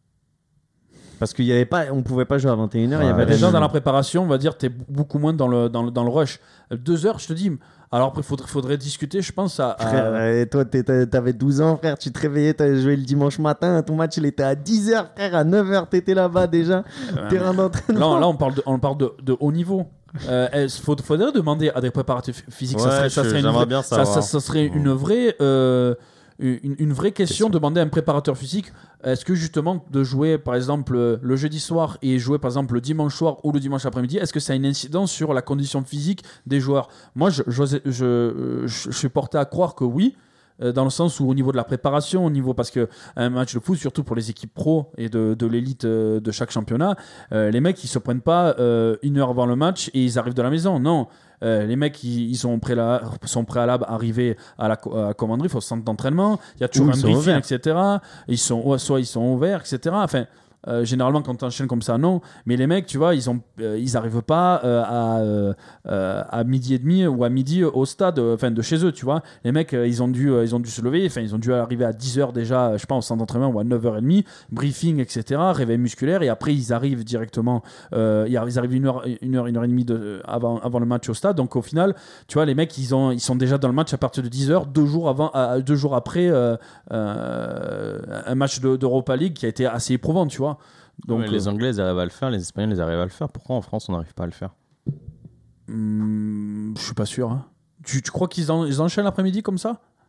Parce qu'il y avait pas, on pouvait pas jouer à vingt et une heures. Il y Ouais, avait Déjà, Rennes- dans la préparation, on va dire, tu es beaucoup moins dans le, dans le, dans le rush. Deux heures, je te dis. Alors après, il faudrait, faudrait discuter, je pense, à. à- Frère, euh, toi, t'es- t'as- t'avais douze ans, frère. Tu te réveillais, t'avais joué le dimanche matin. Ton match, il était à dix heures, frère. À neuf heures, t'étais là-bas déjà. Euh, Terrain d'entraînement. Là, là, on parle de, on parle de, de haut niveau. Euh, Il faudrait demander à des préparateurs physiques. ça Ouais, serait, ça je- serait une j'aimerais vraie- bien ça, savoir. ça- ça serait une vraie, euh, une, une vraie question. Question. Demander à un préparateur physique est-ce que justement de jouer par exemple le jeudi soir et jouer par exemple le dimanche soir ou le dimanche après-midi, est-ce que ça a une incidence sur la condition physique des joueurs? Moi, je, je, je, je- je suis porté à croire que oui. euh, Dans le sens où au niveau de la préparation, au niveau parce que un match de foot, surtout pour les équipes pro et de, de l'élite euh, de chaque championnat, euh, les mecs ils se prennent pas euh, une heure avant le match et ils arrivent de la maison. Non, Euh, les mecs ils, ils sont, préla- sont préalables à arriver à la, co- à la commanderie, il faut centre d'entraînement, il y a toujours Ou un ils sont briefing, ouverts. et cetera. Ils sont, ouais, soit ils sont ouverts, et cetera. Enfin. Euh, généralement quand tu enchaînes comme ça non, mais les mecs tu vois ils ont euh, ils arrivent pas euh, à euh, euh, à midi et demi ou à midi au stade euh, enfin de chez eux, tu vois, les mecs euh, ils ont dû euh, ils ont dû se lever, enfin ils ont dû arriver à dix heures déjà, je sais pas, au centre d'entraînement ou à neuf heures trente, briefing, etc., réveil musculaire, et après ils arrivent directement euh, ils arrivent ils arrivent une heure une heure une heure et demie de, avant avant le match au stade, donc au final tu vois les mecs ils ont ils sont déjà dans le match à partir de dix heures, deux jours avant à- deux jours après euh, euh, un match de- d'Europa League qui a été assez éprouvant, tu vois. Donc, Ouais, les euh, Anglais ils arrivent à le faire, les Espagnols ils arrivent à le faire. Pourquoi en France on n'arrive pas à le faire? hmm, je suis pas sûr. hein. Tu, tu crois qu'ils en- ils enchaînent l'après-midi comme ça?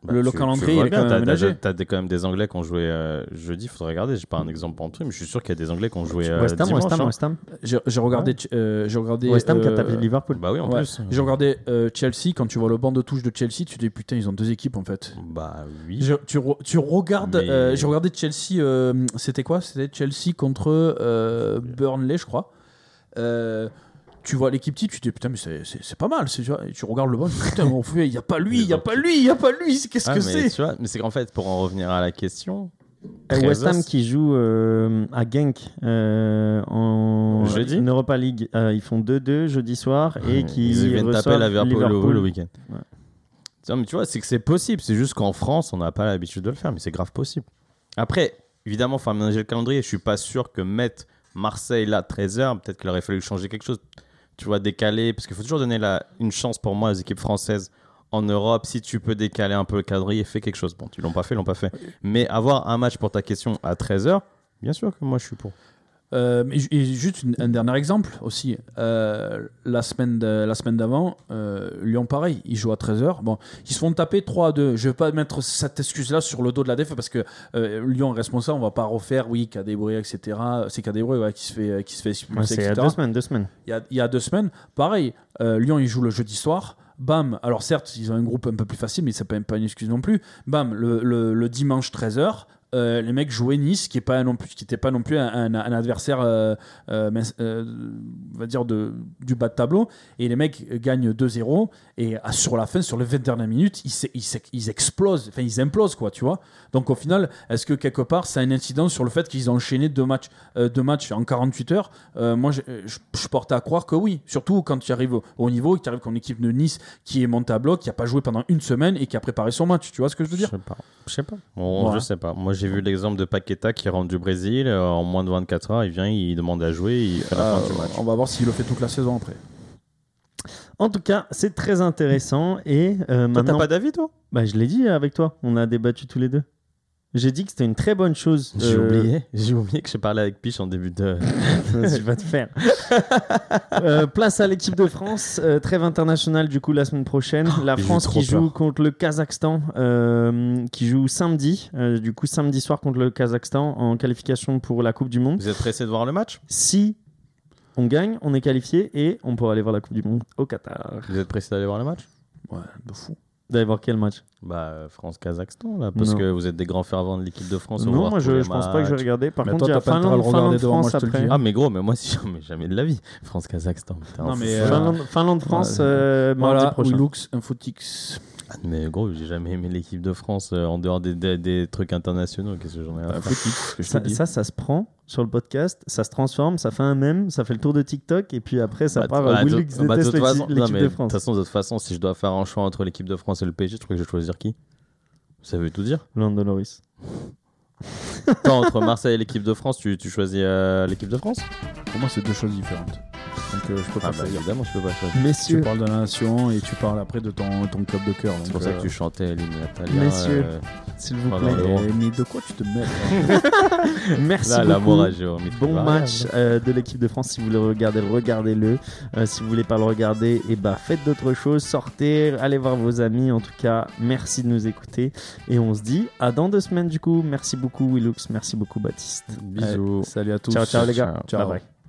Bah, le, le tu- calendrier, tu vois il est bien, quand même t'as- aménagé. T'as, t'as des- quand même des Anglais qui ont joué euh, jeudi, faudrait regarder. J'ai pas un exemple pour un truc, mais je suis sûr qu'il y a des Anglais qui ont joué euh, West Ham, dimanche. West Ham, hein. West Ham. J'ai j'ai regardé. euh, j'ai regardé West Ham qui a euh, tapé Liverpool. Bah oui, en ouais. plus. J'ai regardé euh, Chelsea. Quand tu vois le banc de touche de Chelsea, tu te dis putain, ils ont deux équipes en fait. Bah oui. Je- tu, re- tu regardes. Mais- euh, j'ai regardé Chelsea. euh, c'était quoi? C'était Chelsea contre euh, Burnley, je crois. Euh, tu vois l'équipe type, tu te dis putain, mais c'est, c'est, c'est pas mal. C'est, tu, vois, et tu regardes le banc, tu te dis, putain, on fait, il y a pas lui, il y a pas lui, il y a pas lui. c'est- Qu'est-ce Ah, que mais c'est? tu vois, mais c'est qu'en fait, pour en revenir à la question, Et West Ham Trésor, qui joue euh, à Genk euh, en Jeudi en Europa League. Euh, ils font deux deux jeudi soir et qui ils viennent taper reçoivent la Liverpool, Liverpool. le week-end. Ouais. Non, mais tu vois, c'est que c'est possible. C'est juste qu'en France, on n'a pas l'habitude de le faire, mais c'est grave possible. Après, évidemment, il faut aménager le calendrier. Je suis pas sûr que mettre Marseille là treize heures, peut-être qu'il aurait fallu changer quelque chose. Tu vois, décaler, parce qu'il faut toujours donner la, une chance pour moi aux équipes françaises en Europe. Si tu peux décaler un peu le calendrier, fais quelque chose. Bon, tu l'ont pas fait, ils l'ont pas fait. Mais avoir un match pour ta question à treize heures, bien sûr que moi je suis pour. Euh, mais ju- et juste une- un dernier exemple aussi. Euh, la, semaine de- la semaine d'avant, euh, Lyon, pareil, ils jouent à treize heures. Bon, ils se font taper trois à deux. Je ne vais pas mettre cette excuse-là sur le dos de la défaite parce que euh, Lyon est responsable. On ne va pas refaire, oui, Cadébroué, et cetera. C'est Cadébroué ouais, qui se fait, qui se fait expulser, Ouais, c'est il y a et cetera. deux semaines, deux semaines. Il y a, il y a deux semaines, pareil, euh, Lyon, ils jouent le jeudi soir. Bam, alors certes, ils ont un groupe un peu plus facile, mais c'est pas, pas une excuse non plus. Bam, le, le, le dimanche treize heures, euh, les mecs jouaient Nice, qui n'était pas non plus, qui était pas non plus un, un, un adversaire, euh, euh, mais, euh, on va dire, de, du bas de tableau. Et les mecs gagnent deux zéro. Et à, sur la fin, sur les vingt dernières minutes, ils, s'e- ils, s'e- ils explosent, enfin, ils implosent, quoi, tu vois. Donc au final, est-ce que quelque part, ça a une incidence sur le fait qu'ils ont enchaîné deux matchs, euh, deux matchs en quarante-huit heures? Euh, Moi, je, je, je porte à croire que oui. Surtout quand tu arrives au, au niveau, et que tu arrives contre une équipe de Nice qui est montée à bloc, qui n'a pas joué pendant une semaine et qui a préparé son match. Tu vois ce que je veux Je dire? sais pas. Je sais pas. Bon, Ouais. Je sais pas. Moi, j'ai vu l'exemple de Paqueta qui rentre du Brésil euh, en moins de vingt-quatre heures. Il vient, il demande à jouer, il fait la Euh, fin du match. on va voir s'il le fait toute la saison après. En tout cas, c'est très intéressant et euh, Toi, maintenant, t'as pas d'avis, toi bah, je l'ai dit avec toi, on a débattu tous les deux. J'ai dit que c'était une très bonne chose. J'ai euh, oublié. J'ai oublié que j'ai parlé avec Piche en début de. Je vais te faire. Euh, place à l'équipe de France, euh, trêve internationale du coup la semaine prochaine. La j'ai France trop qui joue peur. contre le Kazakhstan, euh, qui joue samedi, euh, du coup samedi soir contre le Kazakhstan en qualification pour la Coupe du Monde. Vous êtes pressé de voir le match Si on gagne, on est qualifié et on pourra aller voir la Coupe du Monde au Qatar. Vous êtes pressé d'aller voir le match Ouais, de fou. D'aller voir quel match? Bah, euh, France-Kazakhstan, là. Parce Non. que vous êtes des grands fervents de l'équipe de France. Non, moi je, je pense pas que je vais regarder. Par Mais contre, toi, il y a t'as pas intérêt à le Finlande, regarder Finlande, devant moi, France je te le après. dis. Ah, mais gros, mais moi, si jamais, jamais de la vie. France-Kazakhstan. putain, Non, fou. mais, euh, Finlande, Finlande, France, Ouais. euh, mardi Voilà, prochain. Willux, Infotix. Ah, mais gros, j'ai jamais aimé l'équipe de France euh, en dehors des, des, des trucs internationaux. Qu'est-ce que j'en ai à faire Infotix, ce que je te Ça, dis. ça, ça se prend sur le podcast, ça se transforme, ça fait un mème, ça fait le tour de TikTok et puis après ça Bah, part bah, à Willux de- bah, de déteste toute façon- l'équipe non, l'équipe mais de De France. toute façon, de toute façon, si je dois faire un choix entre l'équipe de France et le P S G, je crois que je vais choisir qui Ça veut tout dire. Lando Loris. Toi, entre Marseille et l'équipe de France, tu, tu choisis euh, l'équipe de France Pour moi, c'est deux choses différentes. Donc, euh, je peux pas Ah, bah, choisir. évidemment, je peux pas choisir. Tu Messieurs, parles de la nation et tu parles après de ton, ton club de cœur. C'est donc, pour ça euh, que tu chantais l'hymne italien. Messieurs. euh, s'il vous pendant plaît, le- mais, mais de quoi tu te mets là merci Là, l'amour beaucoup. à géométrie Bon variable. match euh, de l'équipe de France. Si vous le regardez, regardez-le. Euh, si vous voulez pas le regarder, et bah, faites d'autres choses. Sortez, allez voir vos amis. En tout cas, merci de nous écouter. Et on se dit à dans deux semaines du coup. Merci beaucoup Willux, merci beaucoup Baptiste. Bisous. Salut à tous. Ciao, ciao les gars. Ciao. Bye bye.